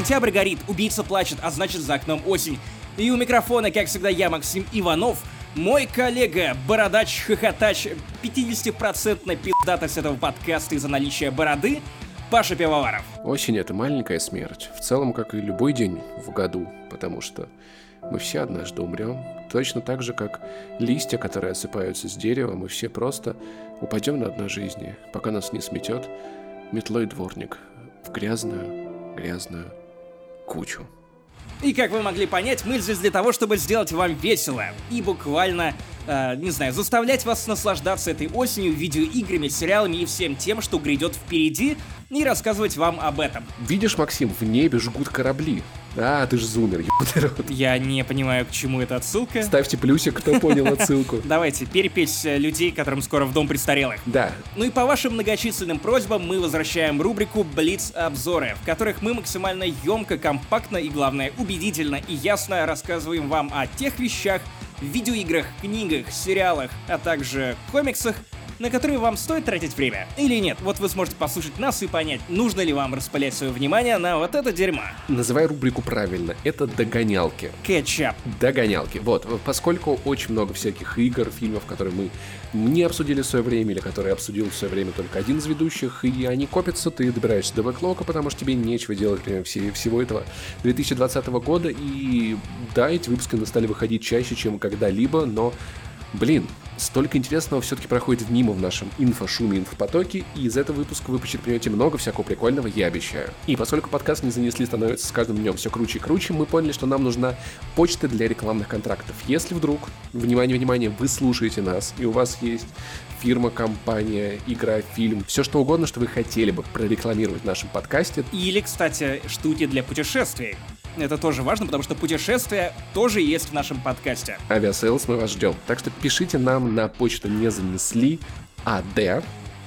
Сентябрь горит, убийца плачет, а значит за окном осень. И у микрофона, как всегда, я, Максим Иванов, мой коллега, бородач-хохотач, 50% пиздатость этого подкаста из-за наличия бороды, Паша Пивоваров. Осень — это маленькая смерть, в целом, как и любой день в году, потому что мы все однажды умрем. Точно так же, как листья, которые осыпаются с дерева, мы все просто упадем на дно жизни, пока нас не сметет метлой дворник в грязную кучу. И как вы могли понять, мы здесь для того, чтобы сделать вам весело и буквально, заставлять вас наслаждаться этой осенью видеоиграми, сериалами и всем тем, что грядет впереди, и рассказывать вам об этом. Видишь, Максим, в небе жгут корабли. А, ты ж зумер, ёбаный рот. Я не понимаю, к чему эта отсылка. Ставьте плюсик, кто понял отсылку. Давайте, перепись людей, которым скоро в дом престарелых. Да. Ну и по вашим многочисленным просьбам мы возвращаем рубрику «Блиц-обзоры», в которых мы максимально емко, компактно и, главное, убедительно и ясно рассказываем вам о тех вещах, в видеоиграх, книгах, сериалах, а также комиксах, на которые вам стоит тратить время. Или нет, вот вы сможете послушать нас и понять, нужно ли вам распылять свое внимание на вот это дерьмо. Называй рубрику правильно, это догонялки. Кетчап. Догонялки. Вот, поскольку очень много всяких игр, фильмов, которые мы не обсудили в свое время, или которые обсудил в свое время только один из ведущих, и они копятся, ты добираешься до бэклога, потому что тебе нечего делать прямо всего этого 2020 года, и да, эти выпуски стали выходить чаще, чем когда-либо, но, блин, столько интересного все-таки проходит мимо в нашем инфошуме, инфопотоке, и из этого выпуска вы почерпнете много всякого прикольного, я обещаю. И поскольку подкаст «Не занесли» становится с каждым днем все круче и круче, мы поняли, что нам нужна почта для рекламных контрактов. Если вдруг, внимание, вы слушаете нас, и у вас есть фирма, компания, игра, фильм, все что угодно, что вы хотели бы прорекламировать в нашем подкасте. Или, кстати, штуки для путешествий. Это тоже важно, потому что путешествия тоже есть в нашем подкасте. Авиасейлс, мы вас ждем. Так что пишите нам на почту «Не занесли», АД,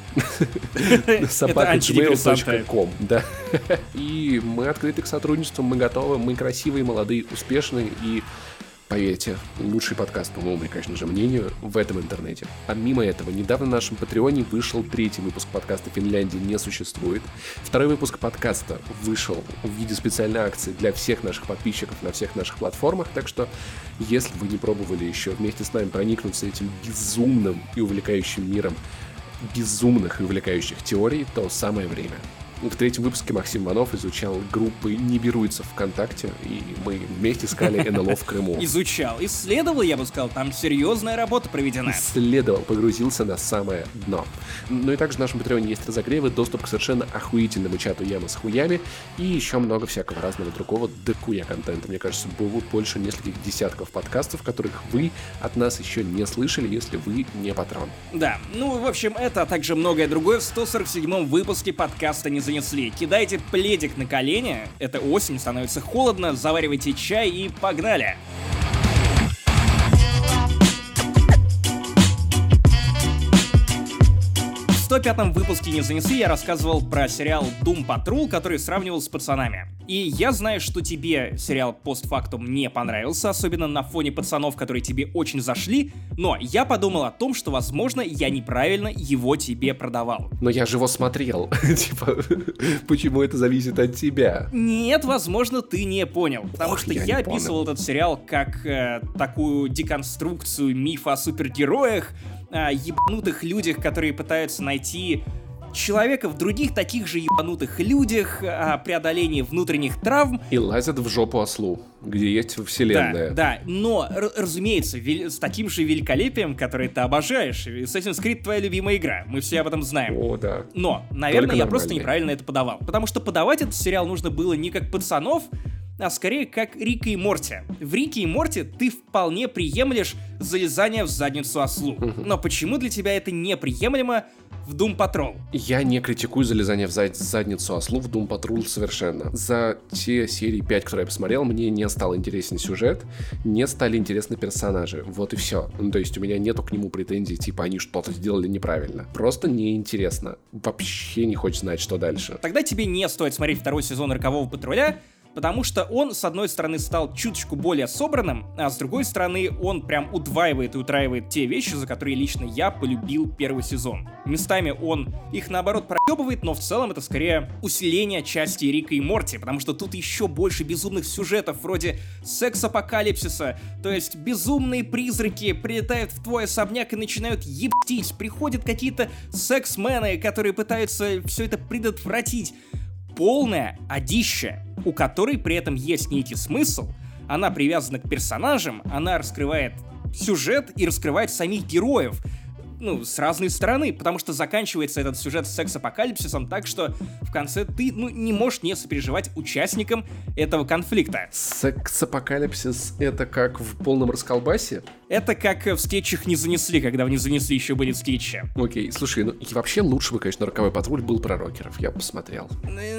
собака@gmail.com. Да. И мы открыты к сотрудничеству, мы готовы, мы красивые, молодые, успешные и, поверьте, лучший подкаст, по моему, конечно же, мнению, в этом интернете. А мимо этого, недавно на нашем Патреоне вышел 3-й выпуск подкаста «Финляндии не существует». 2-й выпуск подкаста вышел в виде специальной акции для всех наших подписчиков на всех наших платформах, так что, если вы не пробовали еще вместе с нами проникнуться этим безумным и увлекающим миром безумных и увлекающих теорий, то самое время. В 3-м выпуске Максим Иванов изучал группы «Не берутся ВКонтакте», и мы вместе искали НЛО в Крыму. Изучал, исследовал, я бы сказал, там серьезная работа проведена. Исследовал, погрузился на самое дно. Ну и также в нашем Патреоне есть разогревы, доступ к совершенно охуительному чату Ямы с хуями и еще много всякого разного другого дохуя контента. Мне кажется, будет больше нескольких десятков подкастов, которых вы от нас еще не слышали, если вы не патрон. Да, ну в общем, это, а также многое другое в 147-м выпуске подкаста «Не занесли». Кидайте пледик на колени, это осень, становится холодно, заваривайте чай и погнали! В 105-м выпуске «Не занесли» я рассказывал про сериал Doom Patrol, который сравнивал с «Пацанами». И я знаю, что тебе сериал постфактум не понравился, особенно на фоне «Пацанов», которые тебе очень зашли, но я подумал о том, что, возможно, я неправильно его тебе продавал. Но я же его смотрел. Типа, почему это зависит от тебя? Нет, возможно, ты не понял. Потому что я описывал этот сериал как такую деконструкцию мифа о супергероях, о ебанутых людях, которые пытаются найти человека в других таких же ебанутых людях, о преодолении внутренних травм. И лазят в жопу ослу, где есть вселенная. Да, но, разумеется, с таким же великолепием, которое ты обожаешь. Assassin's Creed — твоя любимая игра, мы все об этом знаем. О, да. Но, наверное, я просто неправильно это подавал. Потому что подавать этот сериал нужно было не как «Пацанов», а скорее как Рика и Морти. В Рике и Морти ты вполне приемлешь залезание в задницу ослу. Но почему для тебя это неприемлемо в Doom Patrol? Я не критикую залезание в задницу ослу в Doom Patrol совершенно. За те серии 5, которые я посмотрел, мне не стал интересен сюжет, не стали интересны персонажи. Вот и все. Ну, то есть у меня нету к нему претензий, типа они что-то сделали неправильно. Просто неинтересно. Вообще не хочешь знать, что дальше. Тогда тебе не стоит смотреть 2-й сезон «Рокового патруля», Потому что он, с одной стороны, стал чуточку более собранным, а с другой стороны, он прям удваивает и утраивает те вещи, за которые лично я полюбил первый сезон. Местами он их, наоборот, проебывает, но в целом это скорее усиление части Рика и Морти, потому что тут еще больше безумных сюжетов, вроде секс-апокалипсиса, то есть безумные призраки прилетают в твой особняк и начинают ептить, приходят какие-то секс-мены, которые пытаются все это предотвратить. Полная одища, у которой при этом есть некий смысл, она привязана к персонажам, она раскрывает сюжет и раскрывает самих героев, с разной стороны, потому что заканчивается этот сюжет с секс-апокалипсисом так, что в конце ты, не можешь не сопереживать участникам этого конфликта. Секс-апокалипсис — это как в полном расколбасе? Это как в скетчах «Не занесли», когда в «Не занесли» еще были скетчи. Окей, слушай, и вообще лучше бы, конечно, «Роковой патруль» был про рокеров, я бы посмотрел.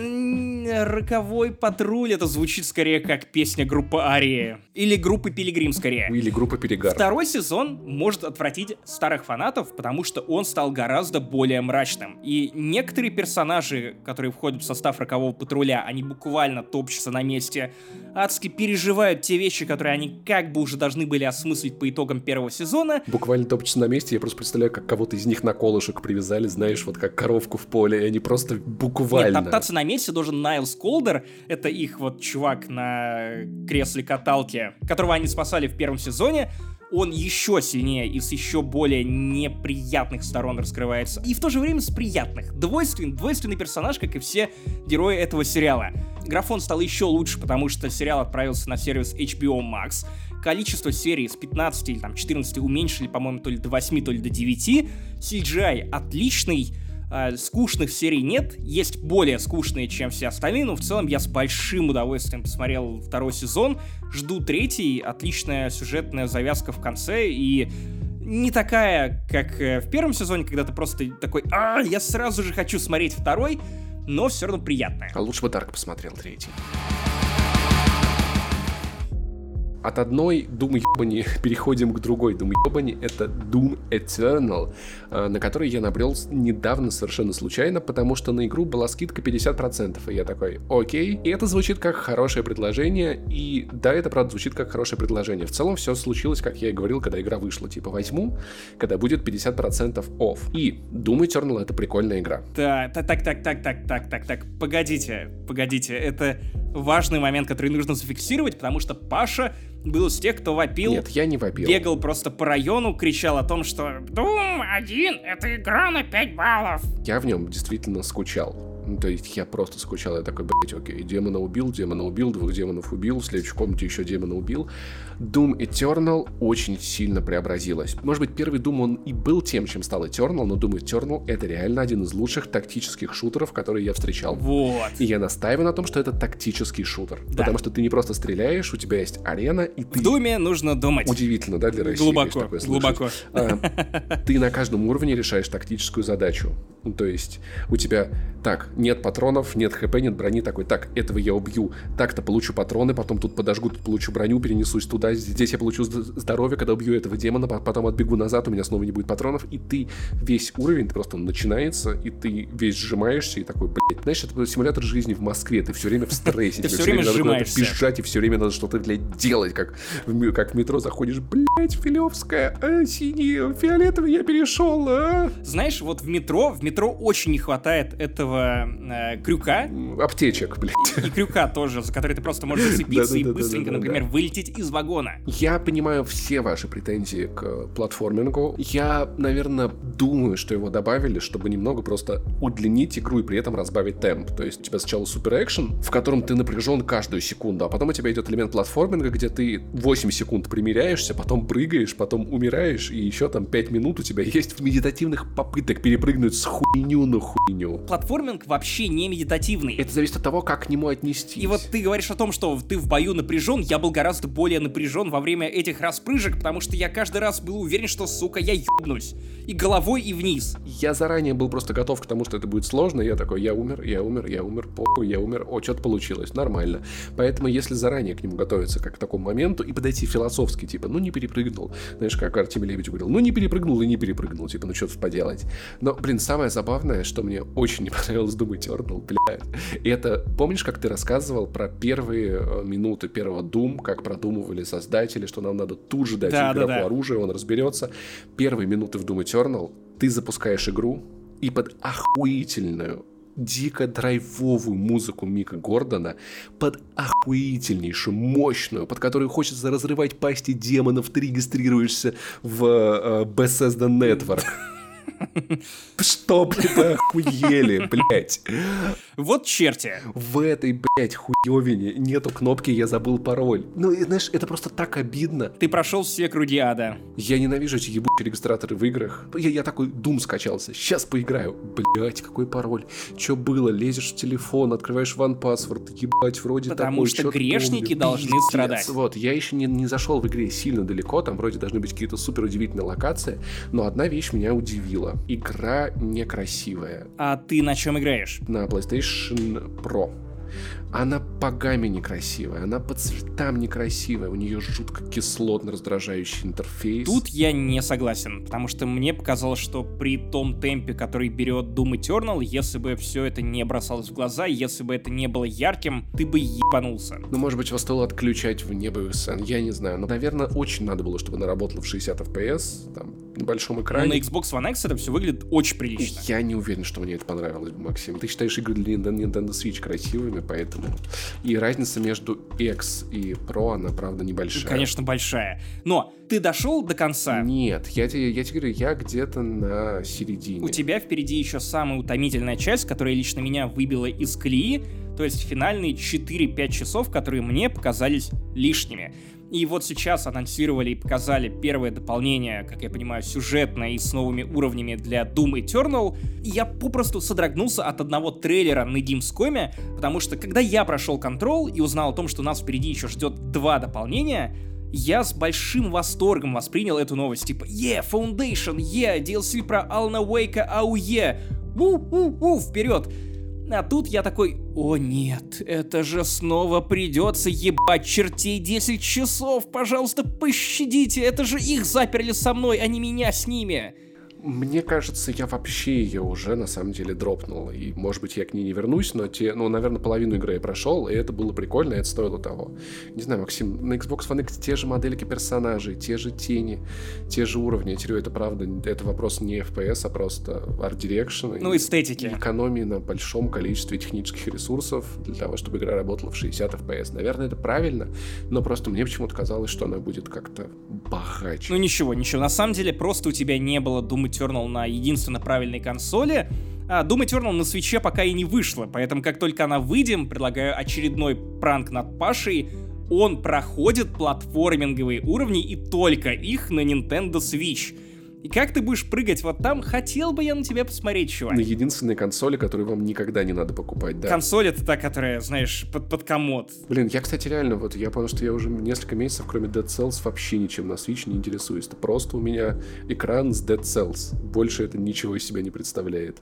«Роковой патруль» — это звучит скорее как песня группы Арии. Или группы Пилигрим скорее. Или группа Перегар. Второй сезон может отвратить старых фанатов, потому что он стал гораздо более мрачным. И некоторые персонажи, которые входят в состав «Рокового патруля», они буквально топчутся на месте, адски переживают те вещи, которые они как бы уже должны были осмыслить по итогам первого сезона. Буквально топчутся на месте, я просто представляю, как кого-то из них на колышек привязали, знаешь, вот как коровку в поле, и они просто буквально... Нет, топтаться на месте должен Найлс Колдер, это их вот чувак на кресле-каталке, которого они спасали в первом сезоне. Он еще сильнее и с еще более неприятных сторон раскрывается. И в то же время с приятных. Двойственный персонаж, как и все герои этого сериала. Графон стал еще лучше, потому что сериал отправился на сервис HBO Max. Количество серий с 15 или 14 уменьшили, по-моему, то ли до 8, то ли до 9. CGI отличный. Скучных серий нет, есть более скучные, чем все остальные, но в целом я с большим удовольствием посмотрел второй сезон, жду третий, отличная сюжетная завязка в конце и не такая, как в первом сезоне, когда ты просто такой, я сразу же хочу смотреть второй, но все равно приятная. А лучше бы Дарк посмотрел третий. От одной Doom ебани переходим к другой Doom ебани. Это Doom Eternal, на который я набрел недавно совершенно случайно, потому что на игру была скидка 50%. И я такой, окей. И это звучит как хорошее предложение. И да, это правда звучит как хорошее предложение. В целом все случилось, как я и говорил, когда игра вышла. Типа возьму, когда будет 50% off. И Doom Eternal — это прикольная игра. Так. Погодите. Это важный момент, который нужно зафиксировать, потому что Паша был из тех, кто вопил. Нет, я не вопил. Бегал просто по району, кричал о том, что Doom 1 — это игра на 5 баллов. Я в нем действительно скучал. То есть я просто скучал, я такой, окей, демона убил, 2 демонов убил, в следующей комнате еще демона убил. Doom Eternal очень сильно преобразилась. Может быть, первый Doom, он и был тем, чем стал Eternal, но Doom Eternal — это реально один из лучших тактических шутеров, которые я встречал. Вот. И я настаиваю на том, что это тактический шутер. Да. Потому что ты не просто стреляешь, у тебя есть арена, и ты... В Думе нужно думать. Удивительно, да, для России? Глубоко. Ты на каждом уровне решаешь тактическую задачу. То есть у тебя, нет патронов, нет хп, нет брони, этого я убью, так-то получу патроны, потом тут подожгу, тут получу броню, перенесусь туда, здесь я получу здоровье, когда убью этого демона, потом отбегу назад, у меня снова не будет патронов, и ты весь уровень, просто начинается, и ты весь сжимаешься, и такой, знаешь, это симулятор жизни в Москве, ты все время в стрессе, ты все время сжимаешься, надо бежать, и все время надо что-то, делать, как в метро заходишь, Филевская, синий, фиолетовый, я перешел, Знаешь, вот в метро очень не хватает этого крюка. Аптечек, И крюка тоже, за который ты просто можешь зацепиться и быстренько, например, вылететь из вагона. Я понимаю все ваши претензии к платформингу. Я, наверное, думаю, что его добавили, чтобы немного просто удлинить игру и при этом разбавить темп. То есть у тебя сначала супер-экшен, в котором ты напряжен каждую секунду, а потом у тебя идет элемент платформинга, где ты 8 секунд примиряешься, потом прыгаешь, потом умираешь, и еще 5 минут у тебя есть медитативных попыток перепрыгнуть с хуйню на хуйню. Платформинг вообще не медитативный. Это зависит от того, как к нему отнестись. И вот ты говоришь о том, что ты в бою напряжен, я был гораздо более напряжен во время этих распрыжек, потому что я каждый раз был уверен, что, сука, я ебнусь. И головой, и вниз. Я заранее был просто готов к тому, что это будет сложно, я такой, я умер, похуй, я умер, что-то получилось, нормально. Поэтому, если заранее к нему готовиться как к такому моменту и подойти философски, не перепрыгнул, знаешь, как Артемий Лебедев говорил, не перепрыгнул и не перепрыгнул, что-то поделать. Но, самое самое забавное, что мне очень не понравилось Doom Eternal, бля, это, помнишь, как ты рассказывал про первые минуты первого Doom, как продумывали создатели, что нам надо тут же дать игроку оружие, он разберется. Первые минуты в Doom Eternal ты запускаешь игру, и под охуительную, дико драйвовую музыку Мика Гордона, под охуительнейшую, мощную, под которую хочется разрывать пасти демонов, ты регистрируешься в Bethesda Network. Что, блядь, вы охуели, блядь? Вот черти. В этой, блядь, хуёвине нету кнопки «Я забыл пароль». Ну, и, знаешь, это просто так обидно. Ты прошел все круги ада. Я ненавижу эти ебучие регистраторы в играх. Я такой, Doom скачался, сейчас поиграю. Блядь, какой пароль? Чё было? Лезешь в телефон, открываешь OnePassword, ебать, вроде потому такой. Потому что грешники должны страдать. Вот, я еще не зашел в игре сильно далеко, там вроде должны быть какие-то супер удивительные локации, но одна вещь меня удивила. Игра некрасивая. А ты на чем играешь? На PlayStation Pro. Она богами некрасивая, она по цветам некрасивая, у нее жутко кислотно раздражающий интерфейс. Тут я не согласен, потому что мне показалось, что при том темпе, который берет Doom Eternal, если бы все это не бросалось в глаза, если бы это не было ярким, ты бы ебанулся. Ну, может быть, его стоило отключать в небо я не знаю. Но, наверное, очень надо было, чтобы она работала в 60 FPS, там, на большом экране. Но на Xbox One X это все выглядит очень прилично. Я не уверен, что мне это понравилось бы, Максим. Ты считаешь игры для Nintendo Switch красивыми, поэтому... И разница между X и Pro, она, правда, небольшая. Конечно, большая. Но ты дошел до конца? Нет, я тебе говорю, я где-то на середине. У тебя впереди еще самая утомительная часть, которая лично меня выбила из колеи, то есть финальные 4-5 часов, которые мне показались лишними. И вот сейчас анонсировали и показали первое дополнение, как я понимаю, сюжетное и с новыми уровнями для Doom Eternal. И я попросту содрогнулся от одного трейлера на Gamescom, потому что когда я прошел Control и узнал о том, что нас впереди еще ждет 2 дополнения, я с большим восторгом воспринял эту новость. Типа, Foundation, DLC про Алана Уэйка, вперед! А тут я такой, о нет, это же снова придется ебать чертей 10 часов, пожалуйста, пощадите, это же их заперли со мной, а не меня с ними. Мне кажется, я вообще ее уже на самом деле дропнул. И, может быть, я к ней не вернусь, но наверное, половину игры я прошел, и это было прикольно, и это стоило того. Не знаю, Максим, на Xbox One X те же модельки персонажей, те же тени, те же уровни. Я терю, это правда, это вопрос не FPS, а просто Art Direction. Ну, эстетики. И экономии на большом количестве технических ресурсов для того, чтобы игра работала в 60 FPS. Наверное, это правильно, но просто мне почему-то казалось, что она будет как-то богаче. Ну, ничего, на самом деле, просто у тебя не было Doom Eternal на единственно правильной консоли, а Doom Eternal на Switch'е пока и не вышла, поэтому как только она выйдет, предлагаю очередной пранк над Пашей, он проходит платформинговые уровни и только их на Nintendo Switch. И как ты будешь прыгать вот там, хотел бы я на тебя посмотреть, чувак. На единственной консоли, которую вам никогда не надо покупать, да. Консоль — это та, которая, знаешь, под комод. Блин, я, кстати, реально, я понял, что я уже несколько месяцев, кроме Dead Cells, вообще ничем на Switch не интересуюсь. Это просто у меня экран с Dead Cells. Больше это ничего из себя не представляет.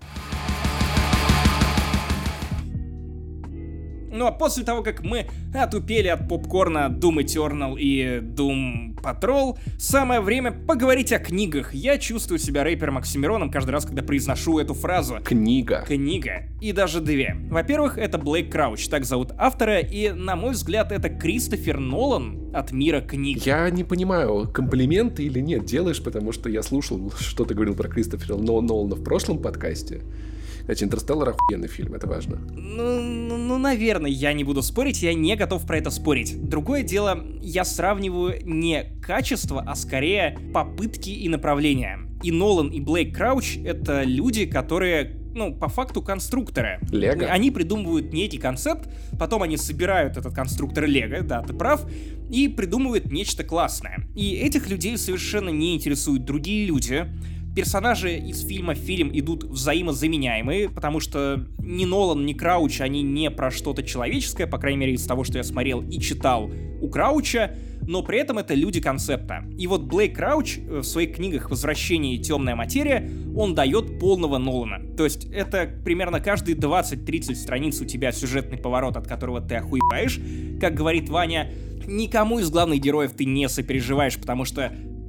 Ну а после того, как мы отупели от попкорна Doom Eternal и Doom Patrol, самое время поговорить о книгах. Я чувствую себя рэпером Оксимироном каждый раз, когда произношу эту фразу. Книга. И даже две. Во-первых, это Блейк Крауч, так зовут автора, и, на мой взгляд, это Кристофер Нолан от мира книг. Я не понимаю, комплименты или нет делаешь, потому что я слушал, что ты говорил про Кристофера Нолана в прошлом подкасте. Кстати, «Интерстеллар» — охуенный фильм, это важно. Ну, наверное, я не буду спорить, я не готов про это спорить. Другое дело, я сравниваю не качество, а скорее попытки и направления. И Нолан, и Блейк Крауч — это люди, которые, по факту конструкторы. Лего. Они придумывают некий концепт, потом они собирают этот конструктор Лего, да, ты прав, и придумывают нечто классное. И этих людей совершенно не интересуют другие люди. Персонажи из фильма в фильм идут взаимозаменяемые, потому что ни Нолан, ни Крауч, они не про что-то человеческое, по крайней мере, из того, что я смотрел и читал у Крауча, но при этом это люди концепта. И вот Блейк Крауч в своих книгах «Возвращение и темная материя» он дает полного Нолана. То есть это примерно каждые 20-30 страниц у тебя сюжетный поворот, от которого ты охуеваешь. Как говорит Ваня, никому из главных героев ты не сопереживаешь, потому что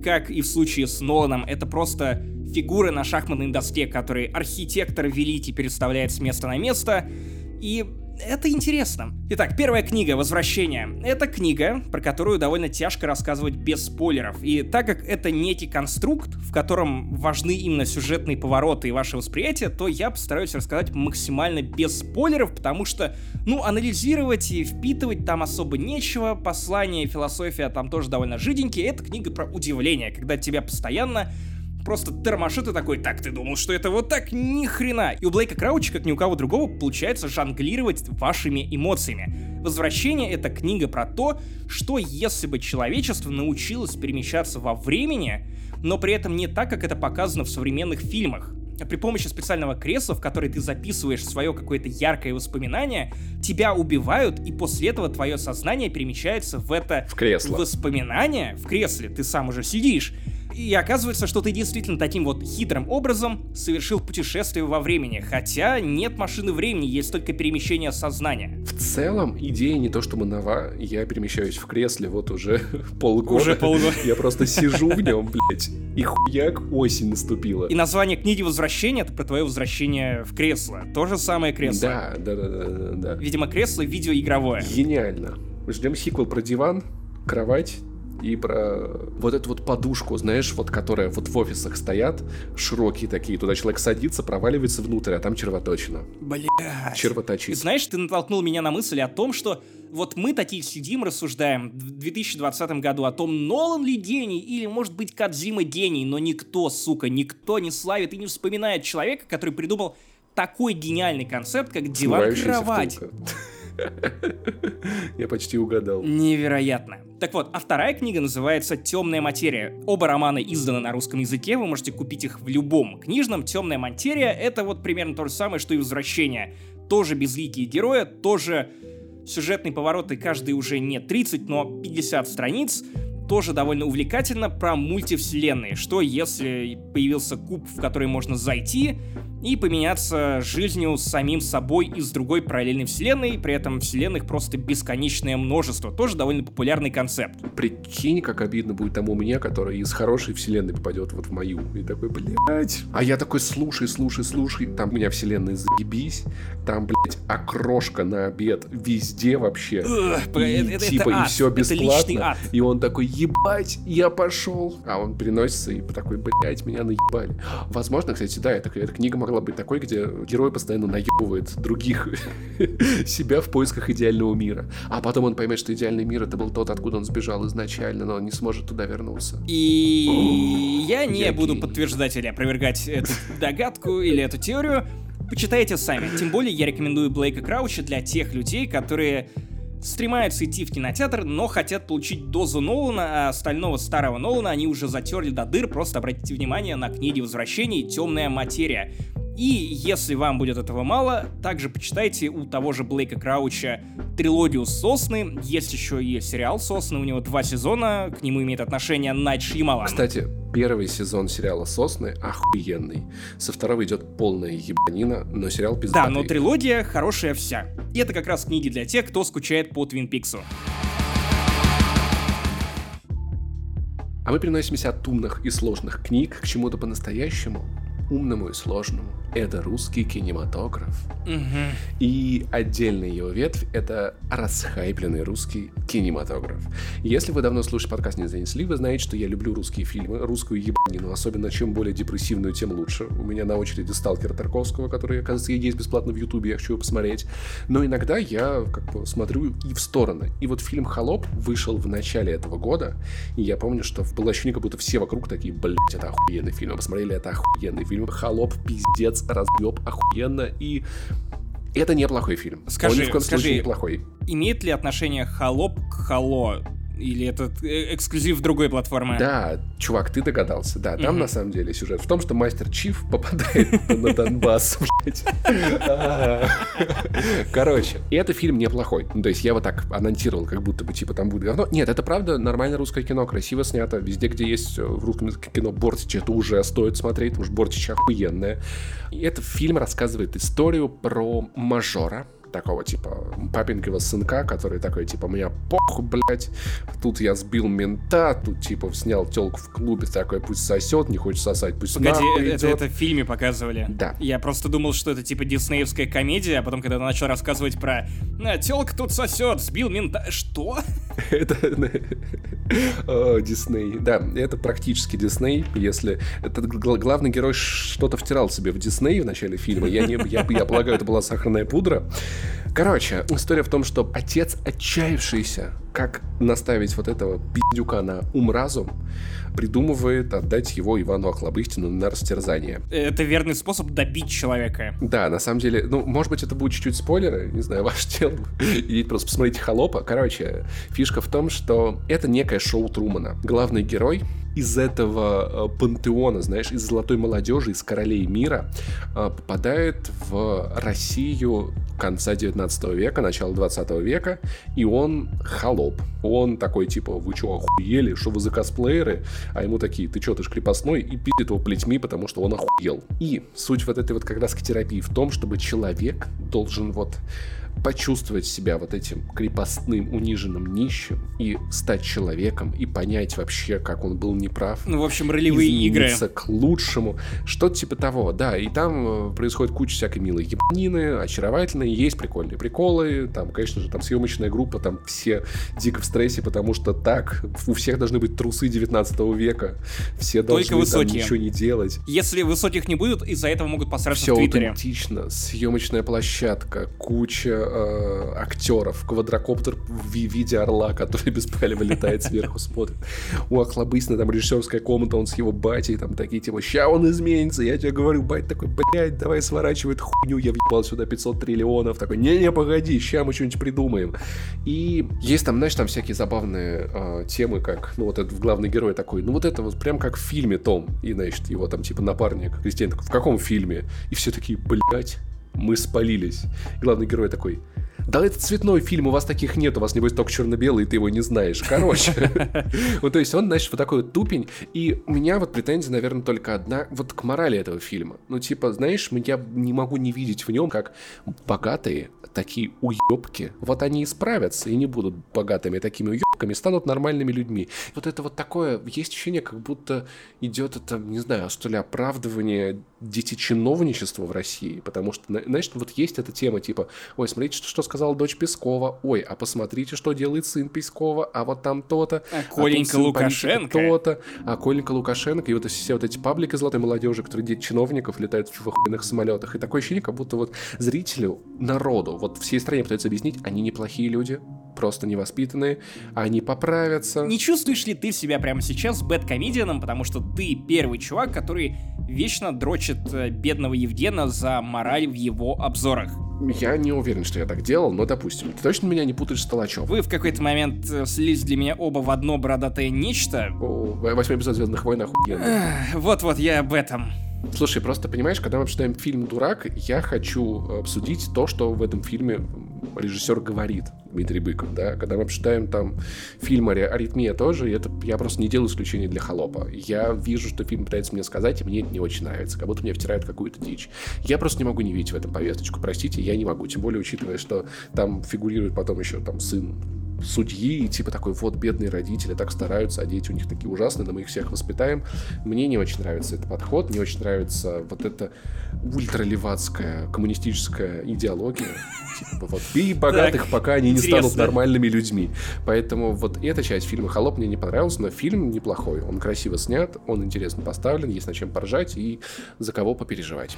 как и в случае с Ноланом, это просто фигуры на шахматной доске, которые архитектор великий переставляет с места на место, и это интересно. Итак, первая книга «Возвращение». Это книга, про которую довольно тяжко рассказывать без спойлеров. И так как это некий конструкт, в котором важны именно сюжетные повороты и ваше восприятие, то я постараюсь рассказать максимально без спойлеров, потому что, анализировать и впитывать там особо нечего. Послание и философия там тоже довольно жиденькие. Это книга про удивление, когда тебя постоянно просто тормошит и такой: так, ты думал, что это вот так? Ни хрена. И у Блейка Крауча, как ни у кого другого, получается жонглировать вашими эмоциями. «Возвращение» — это книга про то, что если бы человечество научилось перемещаться во времени, но при этом не так, как это показано в современных фильмах. При помощи специального кресла, в которое ты записываешь свое какое-то яркое воспоминание, тебя убивают, и после этого твое сознание перемещается в это воспоминание в кресле. Ты сам уже сидишь. И оказывается, что ты действительно таким вот хитрым образом совершил путешествие во времени, хотя нет машины времени, есть только перемещение сознания. В целом, идея не то чтобы нова, я перемещаюсь в кресле вот уже полгода. Я просто сижу в нем, блять, и хуяк, осень наступила. И название книги «Возвращение» — это про твое возвращение в кресло. То же самое кресло. Да. Видимо, кресло видеоигровое. Гениально. Ждем сиквел про диван, кровать и про вот эту вот подушку, знаешь, вот которая вот в офисах стоят, широкие такие, туда человек садится, проваливается внутрь, а там червоточина. Блядь. Червоточит. И знаешь, ты натолкнул меня на мысль о том, что вот мы такие сидим, рассуждаем в 2020 году о том, Нолан ли гений или, может быть, Кодзима гений, но никто не славит и не вспоминает человека, который придумал такой гениальный концепт, как диван-кровать. Я почти угадал. Невероятно. Так вот, а вторая книга называется «Темная материя». Оба романа изданы на русском языке, вы можете купить их в любом книжном. «Темная материя» — это вот примерно то же самое, что и «Возвращение». Тоже безликие герои, тоже сюжетные повороты, каждый уже не 30, но 50 страниц. Тоже довольно увлекательно, про мультивселенные. Что если появился куб, в который можно зайти и поменяться жизнью с самим собой из другой параллельной вселенной, при этом вселенных просто бесконечное множество. Тоже довольно популярный концепт. Прикинь, как обидно будет тому мне, который из хорошей вселенной попадет вот в мою. И такой, блядь. А я такой, слушай. Там у меня вселенная заебись. Там, блядь, окрошка на обед везде вообще. И все бесплатно. И он такой: ебать, я пошел. А он переносится и такой: блять, меня наебали. Возможно, кстати, да, эта книга могла быть такой, где герой постоянно наебывает других себя в поисках идеального мира. А потом он поймет, что идеальный мир — это был тот, откуда он сбежал изначально, но он не сможет туда вернуться. И я не буду подтверждать или опровергать эту догадку или эту теорию. Почитайте сами. Тем более я рекомендую Блейка Крауча для тех людей, которые стремаются идти в кинотеатр, но хотят получить дозу Нолана, а остального старого Нолана они уже затерли до дыр. Просто обратите внимание на книги «Возвращение» и «Темная материя». И если вам будет этого мало, также почитайте у того же Блейка Крауча трилогию «Сосны». Есть еще и сериал «Сосны», у него 2 сезона, к нему имеет отношение Найт Шьямалан. Кстати, первый сезон сериала «Сосны» охуенный. Со второго идет полная ебанина, но сериал пиздатый. Да, но трилогия хорошая вся. И это как раз книги для тех, кто скучает по Твин Пиксу. А мы переносимся от умных и сложных книг к чему-то по-настоящему умному и сложному. Это русский кинематограф. И отдельная его ветвь — это расхайпленный русский кинематограф. Если вы давно слушаете подкаст «Не занесли», вы знаете, что я люблю русские фильмы, русскую ебанину, особенно чем более депрессивную, тем лучше. У меня на очереди «Сталкер» Тарковского, который, оказывается, есть бесплатно в Ютубе, я хочу его посмотреть. Но иногда я смотрю и в стороны. И вот фильм «Холоп» вышел в начале этого года, и я помню, что было ощущение, как будто все вокруг такие: блять, это охуенный фильм. А посмотрели, это охуенный фильм. «Холоп» пиздец, разъеб, охуенно, и это неплохой фильм. Он ни в коем случае неплохой. Имеет ли отношение «Холоп» к «Хало»? Или это эксклюзив другой платформы? Да, чувак, ты догадался. Да, там на самом деле сюжет в том, что Мастер Чиф попадает на Донбасс, блядь. Короче, и это фильм неплохой. То есть я вот так анонсировал, как будто бы типа там будет говно. Нет, это правда нормальное русское кино, красиво снято. Везде, где есть в русском кино Бортич, это уже стоит смотреть, потому что Бортич охуенная. И этот фильм рассказывает историю про мажора, такого, типа, папенького сынка, который такой, типа, меня похуй, блядь, тут я сбил мента, тут, типа, снял телку в клубе, такой, пусть сосет, не хочет сосать, пусть нахуй идет. Это в фильме показывали. Да. Я просто думал, что это, типа, диснеевская комедия, а потом, когда начал рассказывать про «Телка тут сосет, сбил мента». Что? Это Дисней. Да, это практически Дисней, если... Этот главный герой что-то втирал себе в Дисней в начале фильма. Я полагаю, это была сахарная пудра. Короче, история в том, что отец, отчаявшийся, как наставить вот этого пиздюка на ум-разум, придумывает отдать его Ивану Охлобыстину на растерзание. Это верный способ добить человека. Да, на самом деле, ну, может быть, это будет чуть-чуть спойлеры, не знаю, ваш дел. Идите просто посмотрите «Холопа». Короче, фишка в том, что это некое шоу Трумана. Главный герой из этого пантеона, знаешь, из золотой молодежи, из королей мира, попадает в Россию конца 19 века, начала 20 века, и он холоп. Он такой, типа, вы чё, охуели, что вы за косплееры? А ему такие, ты чё, ты ж крепостной? И пиздит его плетьми, потому что он охуел. И суть вот этой вот как раз терапии в том, чтобы человек должен вот почувствовать себя вот этим крепостным, униженным, нищим и стать человеком, и понять вообще, как он был неправ. Ну, в общем, ролевые игры. Измениться к лучшему. Что-то типа того, да. И там происходит куча всякой милой ебанины, очаровательной, есть прикольные приколы. Там, конечно же, там съемочная группа, там все дико в стрессе, потому что так, у всех должны быть трусы 19 века. Все должны там ничего не делать. Если высоких не будет, из-за этого могут посраться все в Твиттере. Все аутентично. Съемочная площадка, куча актеров, квадрокоптер в виде орла, который без палева летает сверху, смотрит. У Охлобыстина там режиссерская комната, он с его батей, там такие типа, ща он изменится, я тебе говорю, бать такой, блядь, давай сворачивай эту хуйню, я въебал сюда 500 триллионов, такой, не-не, погоди, ща мы что-нибудь придумаем. И есть там, знаешь, там всякие забавные темы, как, ну вот этот главный герой такой, ну вот это вот прям как в фильме Том, и, значит, его там типа напарник, Кристиан такой, в каком фильме? И все такие, блядь, мы спалились. И главный герой такой, да это цветной фильм, у вас таких нет, у вас, небось, только черно-белый, и ты его не знаешь. Короче. Вот, то есть он, значит, вот такой вот тупень. И у меня вот претензия, наверное, только одна, вот к морали этого фильма. Ну, типа, знаешь, я не могу не видеть в нем, как богатые такие уебки, вот они и справятся, и не будут богатыми такими уебками, станут нормальными людьми. Вот это вот такое, есть ощущение, как будто идет это, не знаю, что ли, оправдывание детичиновничества в России, потому что, знаешь, вот есть эта тема, типа, ой, смотрите, что сказала дочь Пескова, ой, а посмотрите, что делает сын Пескова, а вот там то-то, а Коленька Лукашенко, то-то, а Коленька Лукашенко, и вот все вот эти паблики золотой молодежи, которые дети чиновников летают в охуенных самолетах, и такое ощущение, как будто вот зрителю, народу, вот всей стране пытаются объяснить, они неплохие люди, просто невоспитанные, они поправятся. Не чувствуешь ли ты себя прямо сейчас бэдкомедианом, потому что ты первый чувак, который вечно дрочит бедного Евгена за мораль в его обзорах? Я не уверен, что я так делал, но допустим. Ты точно меня не путаешь с Толачом? Вы в какой-то момент слились для меня оба в одно бородатое нечто. 8 эпизод «Звездных войн» охуенно. Вот-вот, я об этом. Слушай, просто понимаешь, когда мы обсуждаем фильм «Дурак», я хочу обсудить то, что в этом фильме режиссер говорит, Дмитрий Быков, да, когда мы обсуждаем там фильм «Аритмия» тоже, это я просто не делаю исключения для «Холопа». Я вижу, что фильм пытается мне сказать, и мне это не очень нравится, как будто мне втирают какую-то дичь. Я просто не могу не видеть в этом повесточку, простите, я не могу, тем более учитывая, что там фигурирует потом еще там сын судьи, и типа такой, вот, бедные родители так стараются, а дети у них такие ужасные, но мы их всех воспитаем. Мне не очень нравится этот подход, не очень нравится вот эта ультралевацкая коммунистическая идеология. Типа вот, бей богатых, так, пока они не станут нормальными людьми. Поэтому вот эта часть фильма «Холоп» мне не понравилась, но фильм неплохой. Он красиво снят, он интересно поставлен, есть над чем поржать и за кого попереживать.